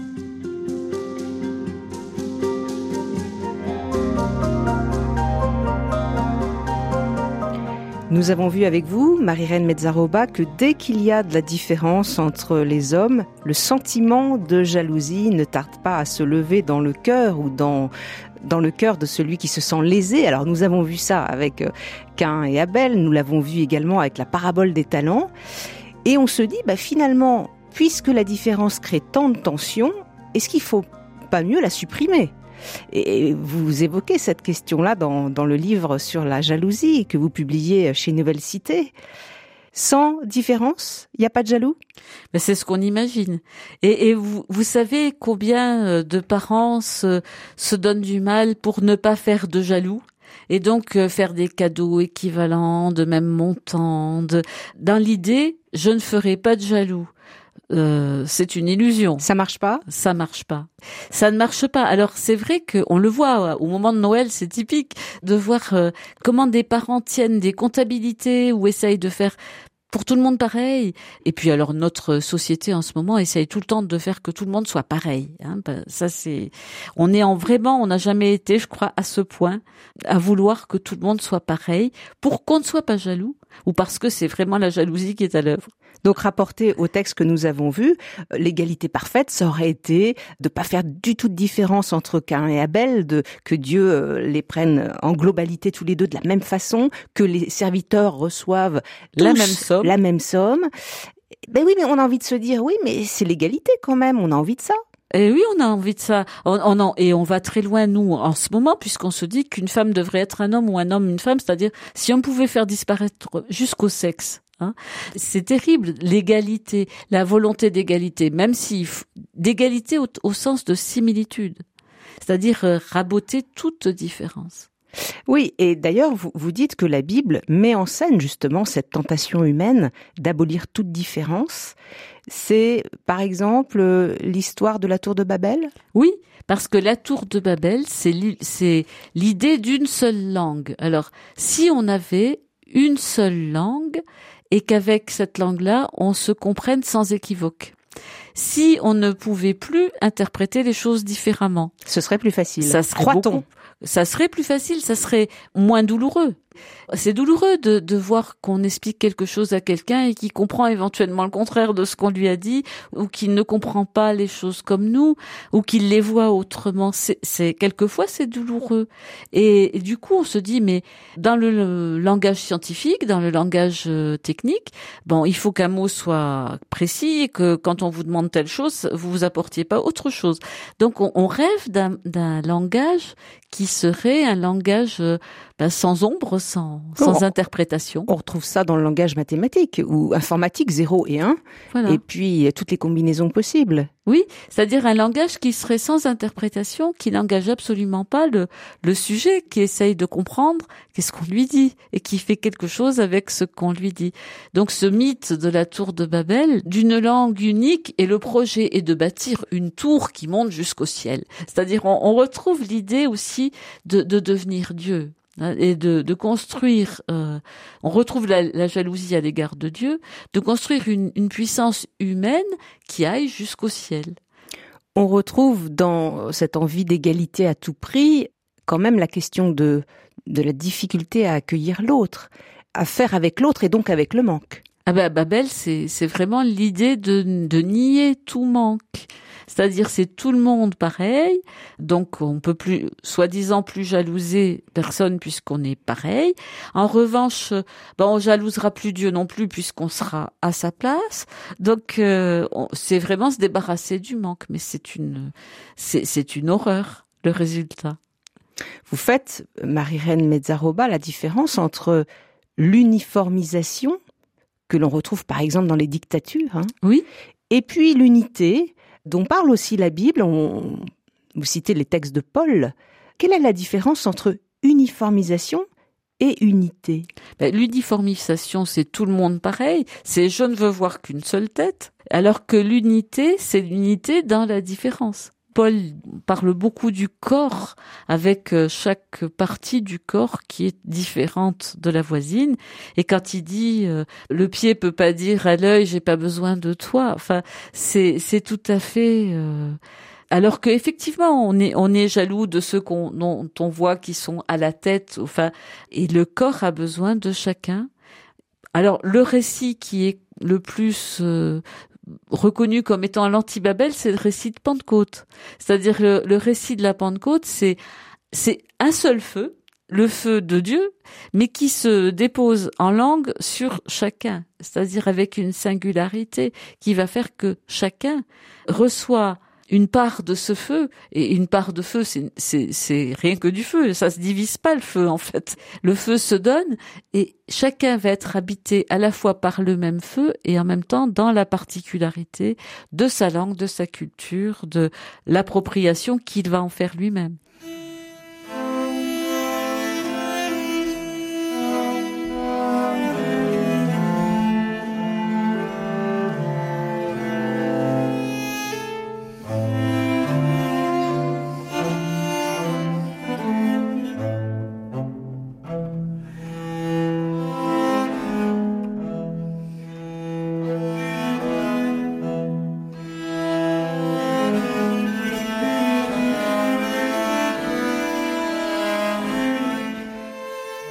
B: Nous avons vu avec vous, Marie-Reine Mezzaroba, que dès qu'il y a de la différence entre les hommes, le sentiment de jalousie ne tarde pas à se lever dans le cœur ou dans, dans le cœur de celui qui se sent lésé. Alors nous avons vu ça avec Caïn et Abel, nous l'avons vu également avec la parabole des talents. Et on se dit, bah, finalement, puisque la différence crée tant de tensions, est-ce qu'il ne faut pas mieux la supprimer ? Et vous évoquez cette question-là dans, dans le livre sur la jalousie que vous publiez chez Nouvelle Cité. Sans différence, il n'y a pas de jaloux ?
C: Mais c'est ce qu'on imagine. Et, et vous, vous savez combien de parents se, se donnent du mal pour ne pas faire de jaloux ? Et donc euh, faire des cadeaux équivalents, de même montant. De... Dans l'idée, je ne ferai pas de jaloux. Euh, c'est une illusion.
B: Ça marche pas?
C: Ça marche pas. Ça ne marche pas. Alors c'est vrai qu'on le voit au moment de Noël, c'est typique de voir euh, comment des parents tiennent des comptabilités ou essayent de faire pour tout le monde pareil. Et puis alors notre société en ce moment essaye tout le temps de faire que tout le monde soit pareil. Hein. Ça c'est, on est en vraiment, on n'a jamais été, je crois, à ce point à vouloir que tout le monde soit pareil pour qu'on ne soit pas jaloux ou parce que c'est vraiment la jalousie qui est à l'œuvre.
B: Donc, rapporté au texte que nous avons vu, l'égalité parfaite, ça aurait été de pas faire du tout de différence entre Caïn et Abel, de que Dieu les prenne en globalité tous les deux de la même façon, que les serviteurs reçoivent
C: la même somme.
B: La même somme. Ben oui, mais on a envie de se dire, oui, mais c'est l'égalité quand même, on a envie de ça.
C: Et oui, on a envie de ça. On, on en, et on va très loin, nous, en ce moment, puisqu'on se dit qu'une femme devrait être un homme ou un homme une femme, c'est-à-dire si on pouvait faire disparaître jusqu'au sexe. Hein, c'est terrible, l'égalité, la volonté d'égalité, même si d'égalité au, au sens de similitude, c'est-à-dire euh, raboter toute différence.
B: Oui, et d'ailleurs, vous, vous dites que la Bible met en scène justement cette tentation humaine d'abolir toute différence. C'est, par exemple, l'histoire de la tour de Babel ?
C: Oui, parce que la tour de Babel, c'est, c'est l'idée d'une seule langue. Alors, si on avait une seule langue, et qu'avec cette langue-là, on se comprenne sans équivoque. Si on ne pouvait plus interpréter les choses différemment,
B: ce serait plus facile.
C: Ça serait
B: Croit-on
C: beaucoup, ça serait plus facile, ça serait moins douloureux. C'est douloureux de, de voir qu'on explique quelque chose à quelqu'un et qu'il comprend éventuellement le contraire de ce qu'on lui a dit, ou qu'il ne comprend pas les choses comme nous, ou qu'il les voit autrement. C'est, c'est quelquefois c'est douloureux. Et, et du coup, on se dit, mais dans le, le langage scientifique, dans le langage euh, technique, bon, il faut qu'un mot soit précis et que quand on vous demande telle chose, vous vous apportiez pas autre chose. Donc, on, on rêve d'un, d'un langage qui serait un langage euh, ben, sans ombre, sans, sans
B: on,
C: interprétation.
B: On retrouve ça dans le langage mathématique ou informatique, zéro et un, voilà. Et puis toutes les combinaisons possibles.
C: Oui, c'est-à-dire un langage qui serait sans interprétation, qui n'engage absolument pas le, le sujet, qui essaye de comprendre qu'est-ce qu'on lui dit et qui fait quelque chose avec ce qu'on lui dit. Donc ce mythe de la tour de Babel, d'une langue unique, et le projet est de bâtir une tour qui monte jusqu'au ciel. C'est-à-dire on, on retrouve l'idée aussi de, de devenir Dieu. Et de, de construire, euh, on retrouve la, la jalousie à l'égard de Dieu, de construire une, une puissance humaine qui aille jusqu'au ciel.
B: On retrouve dans cette envie d'égalité à tout prix, quand même la question de, de la difficulté à accueillir l'autre, à faire avec l'autre et donc avec le manque.
C: Ah ben, Babel, c'est, c'est vraiment l'idée de, de nier tout manque. C'est-à-dire, c'est tout le monde pareil, donc on peut plus, soi-disant, plus jalouser personne puisqu'on est pareil. En revanche, ben, on jalousera plus Dieu non plus puisqu'on sera à sa place. Donc, euh, on, c'est vraiment se débarrasser du manque, mais c'est une, c'est, c'est une horreur, le résultat.
B: Vous faites, Marie-Reine Mezzaroba, la différence entre l'uniformisation, que l'on retrouve par exemple dans les dictatures, hein,
C: oui,
B: et puis l'unité, dont parle aussi la Bible. On, vous citez les textes de Paul. Quelle est la différence entre uniformisation et unité ?
C: Ben, l'uniformisation, c'est tout le monde pareil. C'est je ne veux voir qu'une seule tête. Alors que l'unité, c'est l'unité dans la différence. Paul parle beaucoup du corps, avec chaque partie du corps qui est différente de la voisine. Et quand il dit euh, le pied peut pas dire à l'œil j'ai pas besoin de toi. Enfin, c'est c'est tout à fait. Euh... Alors que effectivement, on est on est jaloux de ceux qu'on dont on voit qui sont à la tête. Enfin, et le corps a besoin de chacun. Alors le récit qui est le plus euh, reconnu comme étant l'anti-Babel, c'est le récit de Pentecôte. C'est-à-dire le, le récit de la Pentecôte, c'est c'est un seul feu, le feu de Dieu, mais qui se dépose en langue sur chacun. C'est-à-dire avec une singularité qui va faire que chacun reçoit une part de ce feu, et une part de feu, c'est, c'est, c'est rien que du feu, ça se divise pas le feu en fait. Le feu se donne et chacun va être habité à la fois par le même feu et en même temps dans la particularité de sa langue, de sa culture, de l'appropriation qu'il va en faire lui-même.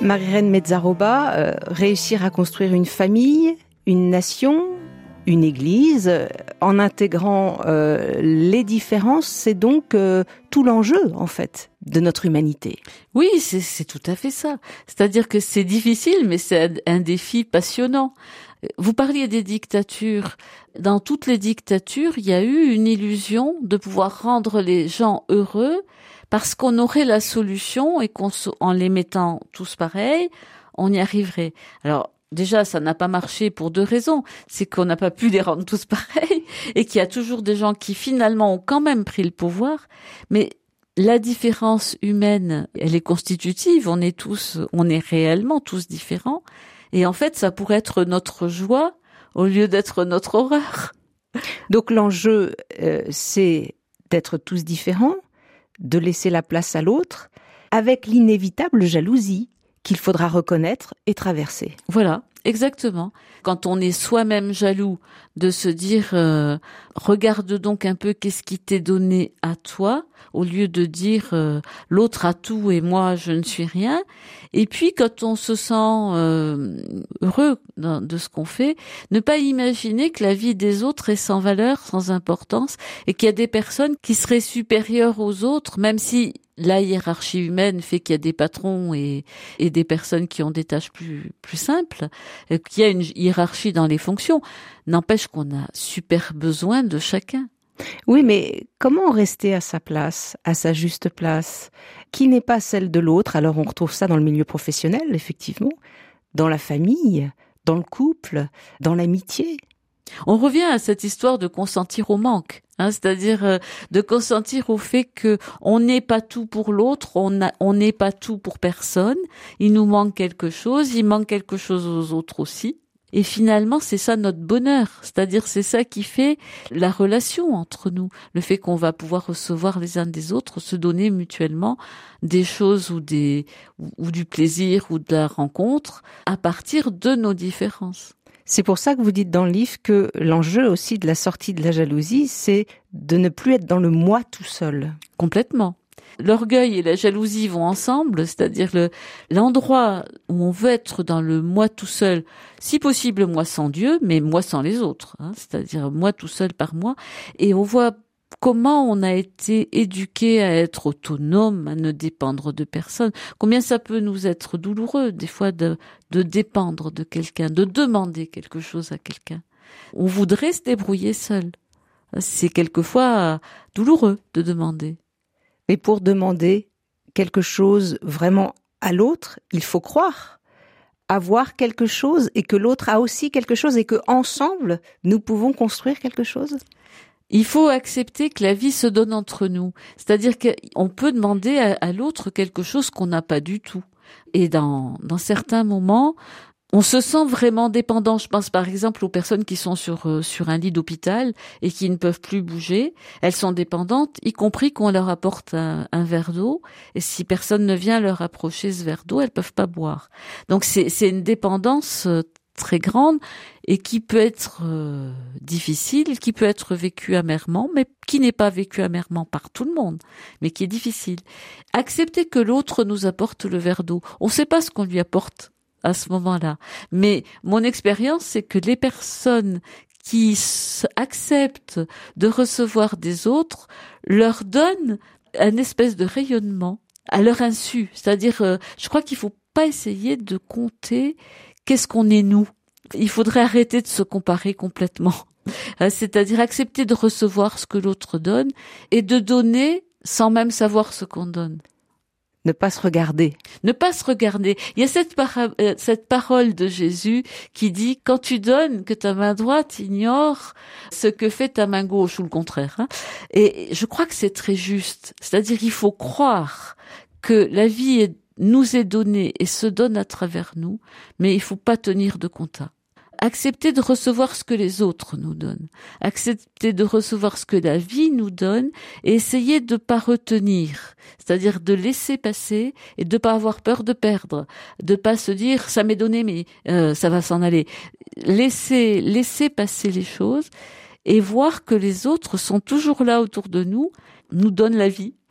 B: Marie-Reine Mezzaroba, euh, réussir à construire une famille, une nation, une église, euh, en intégrant euh, les différences, c'est donc euh, tout l'enjeu, en fait, de notre humanité.
C: Oui, c'est, c'est tout à fait ça. C'est-à-dire que c'est difficile, mais c'est un, un défi passionnant. Vous parliez des dictatures. Dans toutes les dictatures, il y a eu une illusion de pouvoir rendre les gens heureux parce qu'on aurait la solution et qu'en les mettant tous pareils, on y arriverait. Alors, déjà, ça n'a pas marché pour deux raisons. C'est qu'on n'a pas pu les rendre tous pareils et qu'il y a toujours des gens qui finalement ont quand même pris le pouvoir. Mais la différence humaine, elle est constitutive. On est tous, on est réellement tous différents. Et en fait, ça pourrait être notre joie au lieu d'être notre horreur.
B: Donc l'enjeu, euh, c'est d'être tous différents, de laisser la place à l'autre, avec l'inévitable jalousie qu'il faudra reconnaître et traverser.
C: Voilà, exactement. Quand on est soi-même jaloux, de se dire euh, « regarde donc un peu qu'est-ce qui t'est donné à toi », au lieu de dire euh, « l'autre a tout et moi je ne suis rien ». Et puis quand on se sent euh, heureux de ce qu'on fait, ne pas imaginer que la vie des autres est sans valeur, sans importance, et qu'il y a des personnes qui seraient supérieures aux autres, même si la hiérarchie humaine fait qu'il y a des patrons et, et des personnes qui ont des tâches plus, plus simples, qu'il y a une hiérarchie dans les fonctions. N'empêche qu'on a super besoin de chacun.
B: Oui, mais comment rester à sa place, à sa juste place, qui n'est pas celle de l'autre? Alors on retrouve ça dans le milieu professionnel, effectivement, dans la famille, dans le couple, dans l'amitié.
C: On revient à cette histoire de consentir au manque, hein, c'est-à-dire euh, de consentir au fait que on n'est pas tout pour l'autre, on a, on n'est pas tout pour personne. Il nous manque quelque chose, il manque quelque chose aux autres aussi. Et finalement, c'est ça notre bonheur, c'est-à-dire c'est ça qui fait la relation entre nous, le fait qu'on va pouvoir recevoir les uns des autres, se donner mutuellement des choses ou des ou, ou du plaisir ou de la rencontre à partir de nos différences.
B: C'est pour ça que vous dites dans le livre que l'enjeu aussi de la sortie de la jalousie, c'est de ne plus être dans le moi tout seul.
C: Complètement. L'orgueil et la jalousie vont ensemble, c'est-à-dire le, l'endroit où on veut être dans le moi tout seul, si possible moi sans Dieu, mais moi sans les autres, hein, c'est-à-dire moi tout seul par moi. Et on voit comment on a été éduqué à être autonome, à ne dépendre de personne. Combien ça peut nous être douloureux, des fois, de, de dépendre de quelqu'un, de demander quelque chose à quelqu'un. On voudrait se débrouiller seul. C'est quelquefois douloureux de demander.
B: Mais pour demander quelque chose vraiment à l'autre, il faut croire, avoir quelque chose et que l'autre a aussi quelque chose et que ensemble nous pouvons construire quelque chose.
C: Il faut accepter que la vie se donne entre nous. C'est-à-dire qu'on peut demander à, à l'autre quelque chose qu'on n'a pas du tout. Et dans, dans certains moments, on se sent vraiment dépendant. Je pense par exemple aux personnes qui sont sur euh, sur un lit d'hôpital et qui ne peuvent plus bouger. Elles sont dépendantes, y compris qu'on leur apporte un, un verre d'eau. Et si personne ne vient leur approcher ce verre d'eau, elles peuvent pas boire. Donc c'est c'est une dépendance euh, très grande et qui peut être euh, difficile, qui peut être vécue amèrement, mais qui n'est pas vécue amèrement par tout le monde, mais qui est difficile. Accepter que l'autre nous apporte le verre d'eau. On ne sait pas ce qu'on lui apporte à ce moment-là. Mais mon expérience, c'est que les personnes qui acceptent de recevoir des autres leur donnent un espèce de rayonnement à leur insu. C'est-à-dire, euh, je crois qu'il faut pas essayer de compter qu'est-ce qu'on est nous. Il faudrait arrêter de se comparer complètement. C'est-à-dire accepter de recevoir ce que l'autre donne et de donner sans même savoir ce qu'on donne.
B: Ne pas se regarder.
C: Ne pas se regarder. Il y a cette, para- euh, cette parole de Jésus qui dit « Quand tu donnes, que ta main droite ignore ce que fait ta main gauche » ou le contraire. Hein. Et je crois que c'est très juste. C'est-à-dire qu'il faut croire que la vie est, nous est donnée et se donne à travers nous, mais il faut pas tenir de compta. Accepter de recevoir ce que les autres nous donnent. Accepter de recevoir ce que la vie nous donne et essayer de pas retenir. C'est-à-dire de laisser passer et de pas avoir peur de perdre. De pas se dire, ça m'est donné, mais euh, ça va s'en aller. Laisser, laisser passer les choses et voir que les autres sont toujours là autour de nous, nous donnent la vie.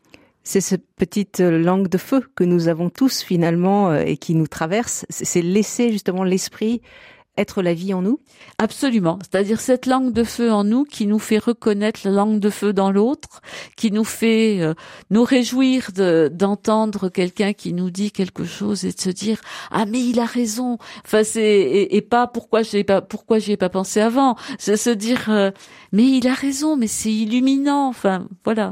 B: C'est cette petite langue de feu que nous avons tous finalement et qui nous traverse. C'est laisser justement l'esprit être la vie en nous?
C: Absolument. C'est-à-dire cette langue de feu en nous qui nous fait reconnaître la langue de feu dans l'autre, qui nous fait euh, nous réjouir de, d'entendre quelqu'un qui nous dit quelque chose et de se dire ah mais il a raison. Enfin c'est et, et pas pourquoi j'ai pas pourquoi j'y ai pas pensé avant. C'est se dire euh, mais il a raison, mais c'est illuminant. Enfin voilà.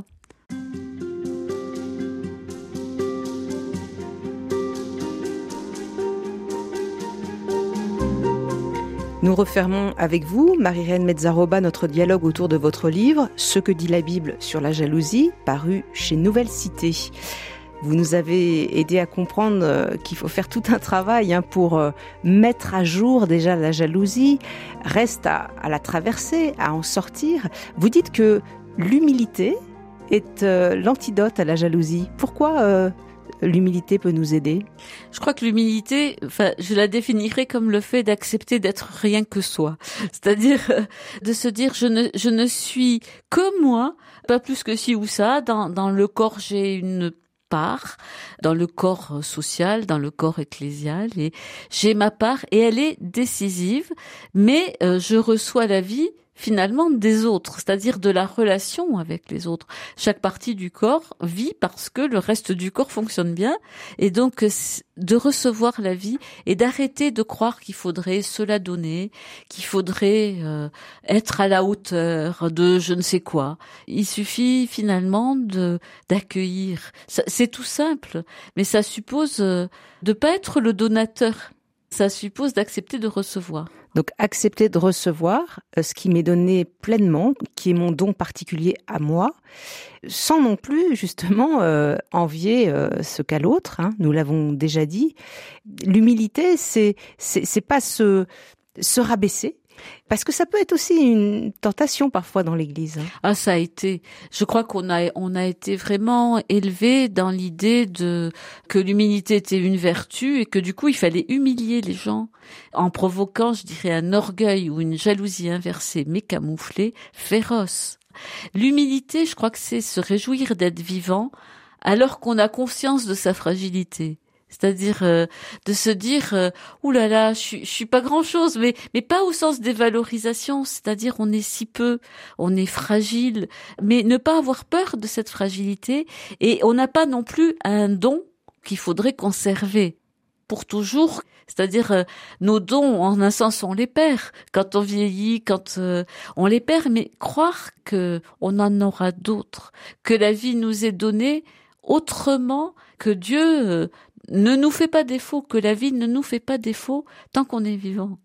B: Nous refermons avec vous, Marie-Reine Mezzaroba, notre dialogue autour de votre livre « Ce que dit la Bible sur la jalousie », paru chez Nouvelle Cité. Vous nous avez aidé à comprendre qu'il faut faire tout un travail pour mettre à jour déjà la jalousie, reste à, à la traverser, à en sortir. Vous dites que l'humilité est l'antidote à la jalousie. Pourquoi euh, l'humilité peut nous aider?
C: Je crois que l'humilité, enfin, je la définirais comme le fait d'accepter d'être rien que soi. C'est-à-dire euh, de se dire je ne je ne suis que moi, pas plus que ci ou ça. Dans dans le corps, j'ai une part, dans le corps social, dans le corps ecclésial, et j'ai ma part et elle est décisive, mais euh, je reçois la vie finalement des autres, c'est-à-dire de la relation avec les autres. Chaque partie du corps vit parce que le reste du corps fonctionne bien, et donc de recevoir la vie et d'arrêter de croire qu'il faudrait se la donner, qu'il faudrait euh, être à la hauteur de je ne sais quoi. Il suffit finalement de d'accueillir. C'est tout simple, mais ça suppose euh, de pas être le donateur. Ça suppose d'accepter de recevoir.
B: Donc accepter de recevoir ce qui m'est donné pleinement, qui est mon don particulier à moi, sans non plus justement euh, envier euh, ce qu'a l'autre. Hein, nous l'avons déjà dit. L'humilité, c'est c'est, c'est pas se se rabaisser. Parce que ça peut être aussi une tentation parfois dans l'Église.
C: Ah, ça a été. Je crois qu'on a on a été vraiment élevé dans l'idée de que l'humilité était une vertu et que du coup il fallait humilier les gens en provoquant, je dirais, un orgueil ou une jalousie inversée mais camouflée, féroce. L'humilité, je crois que c'est se réjouir d'être vivant alors qu'on a conscience de sa fragilité. C'est-à-dire euh, de se dire euh, ouh là là, je suis je suis pas grand-chose, mais mais pas au sens des valorisations, c'est-à-dire on est si peu, on est fragile, mais ne pas avoir peur de cette fragilité, et on n'a pas non plus un don qu'il faudrait conserver pour toujours. C'est-à-dire euh, nos dons, en un sens, on les perd quand on vieillit, quand euh, on les perd, mais croire que on en aura d'autres, que la vie nous est donnée autrement, que Dieu euh, ne nous fait pas défaut, que la vie ne nous fait pas défaut tant qu'on est vivant.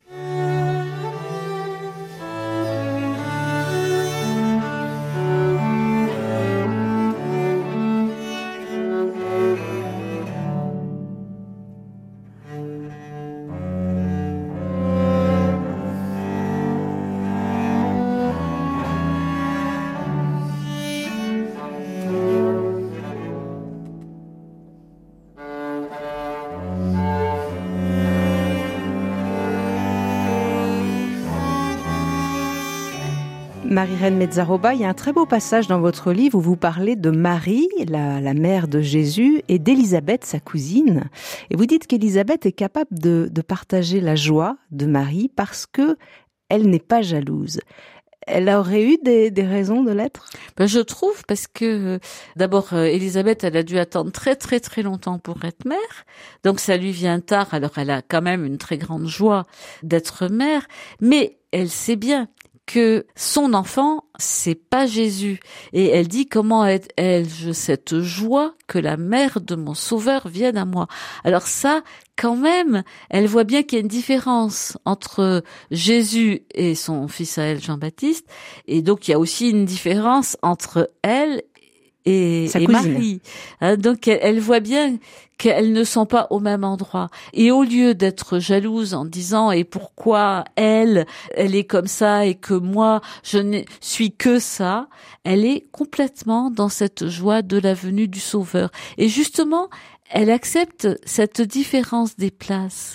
B: Marie-Reine Mezzaroba, il y a un très beau passage dans votre livre où vous parlez de Marie, la, la mère de Jésus, et d'Élisabeth, sa cousine. Et vous dites qu'Élisabeth est capable de, de partager la joie de Marie parce que elle n'est pas jalouse. Elle aurait eu des, des raisons de l'être?
C: Ben, je trouve, parce que d'abord, Élisabeth, elle a dû attendre très très très longtemps pour être mère, donc ça lui vient tard, alors elle a quand même une très grande joie d'être mère, mais elle sait bien que son enfant, c'est pas Jésus. Et elle dit comment ai-je cette joie que la mère de mon sauveur vienne à moi. Alors ça, quand même, elle voit bien qu'il y a une différence entre Jésus et son fils à elle, Jean-Baptiste. Et donc, il y a aussi une différence entre elle et, et Marie. Hein, donc, elle, elle voit bien qu'elles ne sont pas au même endroit. Et au lieu d'être jalouse en disant « et pourquoi elle, elle est comme ça et que moi, je ne suis que ça », elle est complètement dans cette joie de la venue du Sauveur. Et justement, elle accepte cette différence des places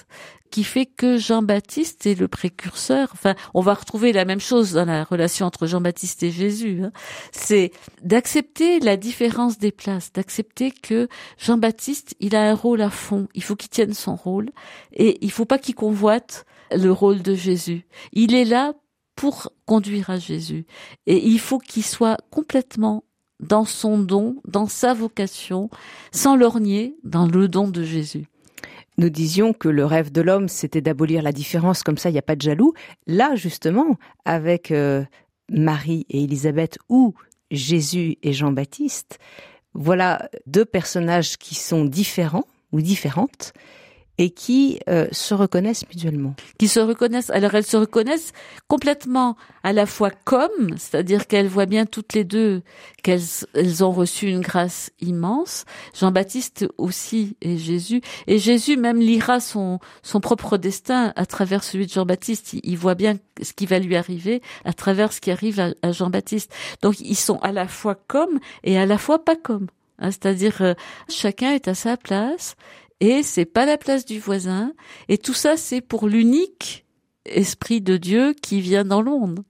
C: qui fait que Jean-Baptiste est le précurseur. Enfin, on va retrouver la même chose dans la relation entre Jean-Baptiste et Jésus. Hein. C'est d'accepter la différence des places, d'accepter que Jean-Baptiste, il a un rôle à fond. Il faut qu'il tienne son rôle et il faut pas qu'il convoite le rôle de Jésus. Il est là pour conduire à Jésus. Et il faut qu'il soit complètement dans son don, dans sa vocation, sans lorgner dans le don de Jésus.
B: Nous disions que le rêve de l'homme, c'était d'abolir la différence, comme ça il n'y a pas de jaloux. Là, justement, avec euh, Marie et Élisabeth ou Jésus et Jean-Baptiste, voilà deux personnages qui sont différents ou différentes et qui euh, se reconnaissent mutuellement.
C: Qui se reconnaissent. Alors elles se reconnaissent complètement à la fois comme, c'est-à-dire qu'elles voient bien toutes les deux qu'elles elles ont reçu une grâce immense. Jean-Baptiste aussi et Jésus. Et Jésus même lira son son propre destin à travers celui de Jean-Baptiste. Il, il voit bien ce qui va lui arriver à travers ce qui arrive à, à Jean-Baptiste. Donc ils sont à la fois comme et à la fois pas comme. Hein, c'est-à-dire euh, chacun est à sa place. Et c'est pas la place du voisin. Et tout ça, c'est pour l'unique Esprit de Dieu qui vient dans le monde.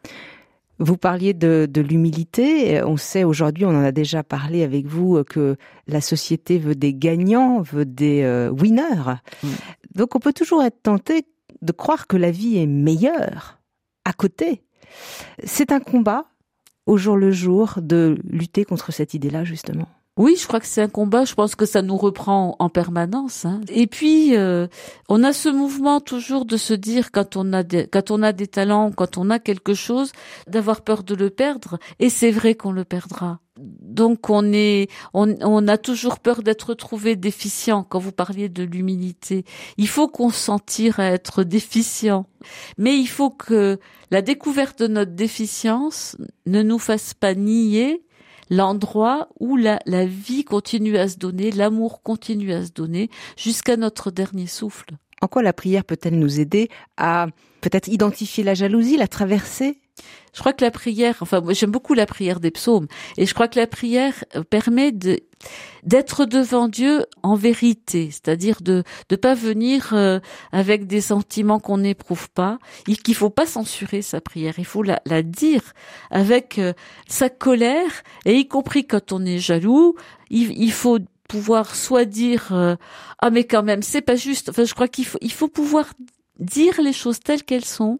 B: Vous parliez de, de l'humilité. On sait aujourd'hui, on en a déjà parlé avec vous, que la société veut des gagnants, veut des euh, winners. Mmh. Donc on peut toujours être tenté de croire que la vie est meilleure à côté. C'est un combat au jour le jour de lutter contre cette idée-là, justement.
C: Oui, je crois que c'est un combat. Je pense que ça nous reprend en permanence. Hein. Et puis, euh, on a ce mouvement toujours de se dire quand on a des, quand on a des talents, quand on a quelque chose, d'avoir peur de le perdre. Et c'est vrai qu'on le perdra. Donc, on est, on, on a toujours peur d'être trouvé déficient. Quand vous parliez de l'humilité, il faut qu'on s'en tire à être déficient. Mais il faut que la découverte de notre déficience ne nous fasse pas nier l'endroit où la, la vie continue à se donner, l'amour continue à se donner jusqu'à notre dernier souffle.
B: En quoi la prière peut-elle nous aider à peut-être identifier la jalousie, la traverser ?
C: Je crois que la prière, enfin moi j'aime beaucoup la prière des psaumes, et je crois que la prière permet de d'être devant Dieu en vérité, c'est-à-dire de de pas venir euh, avec des sentiments qu'on n'éprouve pas, et qu'il faut pas censurer sa prière, il faut la, la dire avec euh, sa colère, et y compris quand on est jaloux, il, il faut pouvoir soit dire euh, ah mais quand même c'est pas juste, enfin je crois qu'il faut il faut pouvoir dire les choses telles qu'elles sont,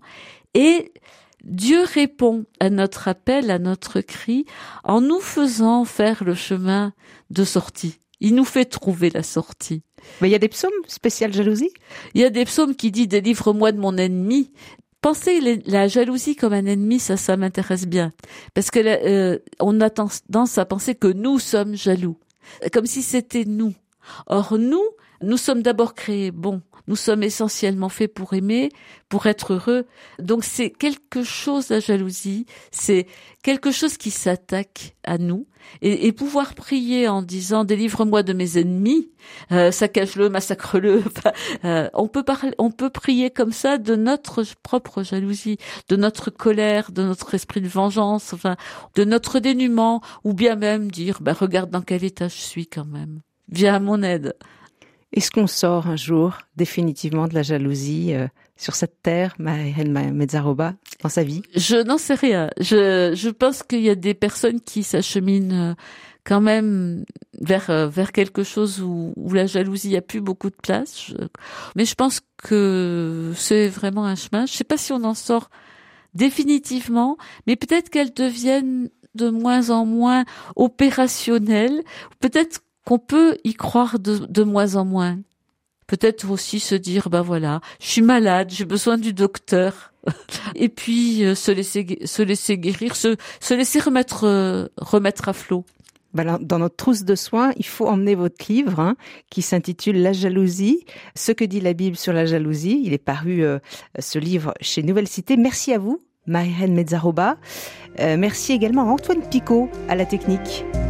C: et Dieu répond à notre appel, à notre cri, en nous faisant faire le chemin de sortie. Il nous fait trouver la sortie.
B: Mais il y a des psaumes spéciales jalousie ?
C: Il y a des psaumes qui disent « Délivre-moi de mon ennemi ». Penser la jalousie comme un ennemi, ça, ça m'intéresse bien. Parce que euh, on a tendance à penser que nous sommes jaloux. Comme si c'était nous. Or, nous, nous sommes d'abord créés bons. Nous sommes essentiellement faits pour aimer, pour être heureux. Donc c'est quelque chose, la jalousie, c'est quelque chose qui s'attaque à nous. Et, et pouvoir prier en disant « Délivre-moi de mes ennemis, euh, saccage-le, massacre-le ». Enfin, euh, on peut parler, on peut prier comme ça de notre propre jalousie, de notre colère, de notre esprit de vengeance, enfin, de notre dénuement, ou bien même dire bah, « Regarde dans quel état je suis quand même. Viens à mon aide ».
B: Est-ce qu'on sort un jour définitivement de la jalousie euh, sur cette terre, Marie-Reine Mezzaroba, dans sa vie ?
C: Je n'en sais rien. Je, je pense qu'il y a des personnes qui s'acheminent quand même vers vers quelque chose où, où la jalousie a plus beaucoup de place. Je, mais je pense que c'est vraiment un chemin. Je sais pas si on en sort définitivement, mais peut-être qu'elles deviennent de moins en moins opérationnelles. Peut-être qu'on peut y croire de, de moins en moins. Peut-être aussi se dire, ben voilà, je suis malade, j'ai besoin du docteur. Et puis euh, se laisser se laisser guérir, se se laisser remettre euh, remettre à flot.
B: Ben, dans notre trousse de soins, il faut emmener votre livre hein, qui s'intitule La jalousie, ce que dit la Bible sur la jalousie. Il est paru euh, ce livre chez Nouvelle Cité. Merci à vous, Marie-Reine Mezzaroba. Euh, merci également à Antoine Picot à la technique.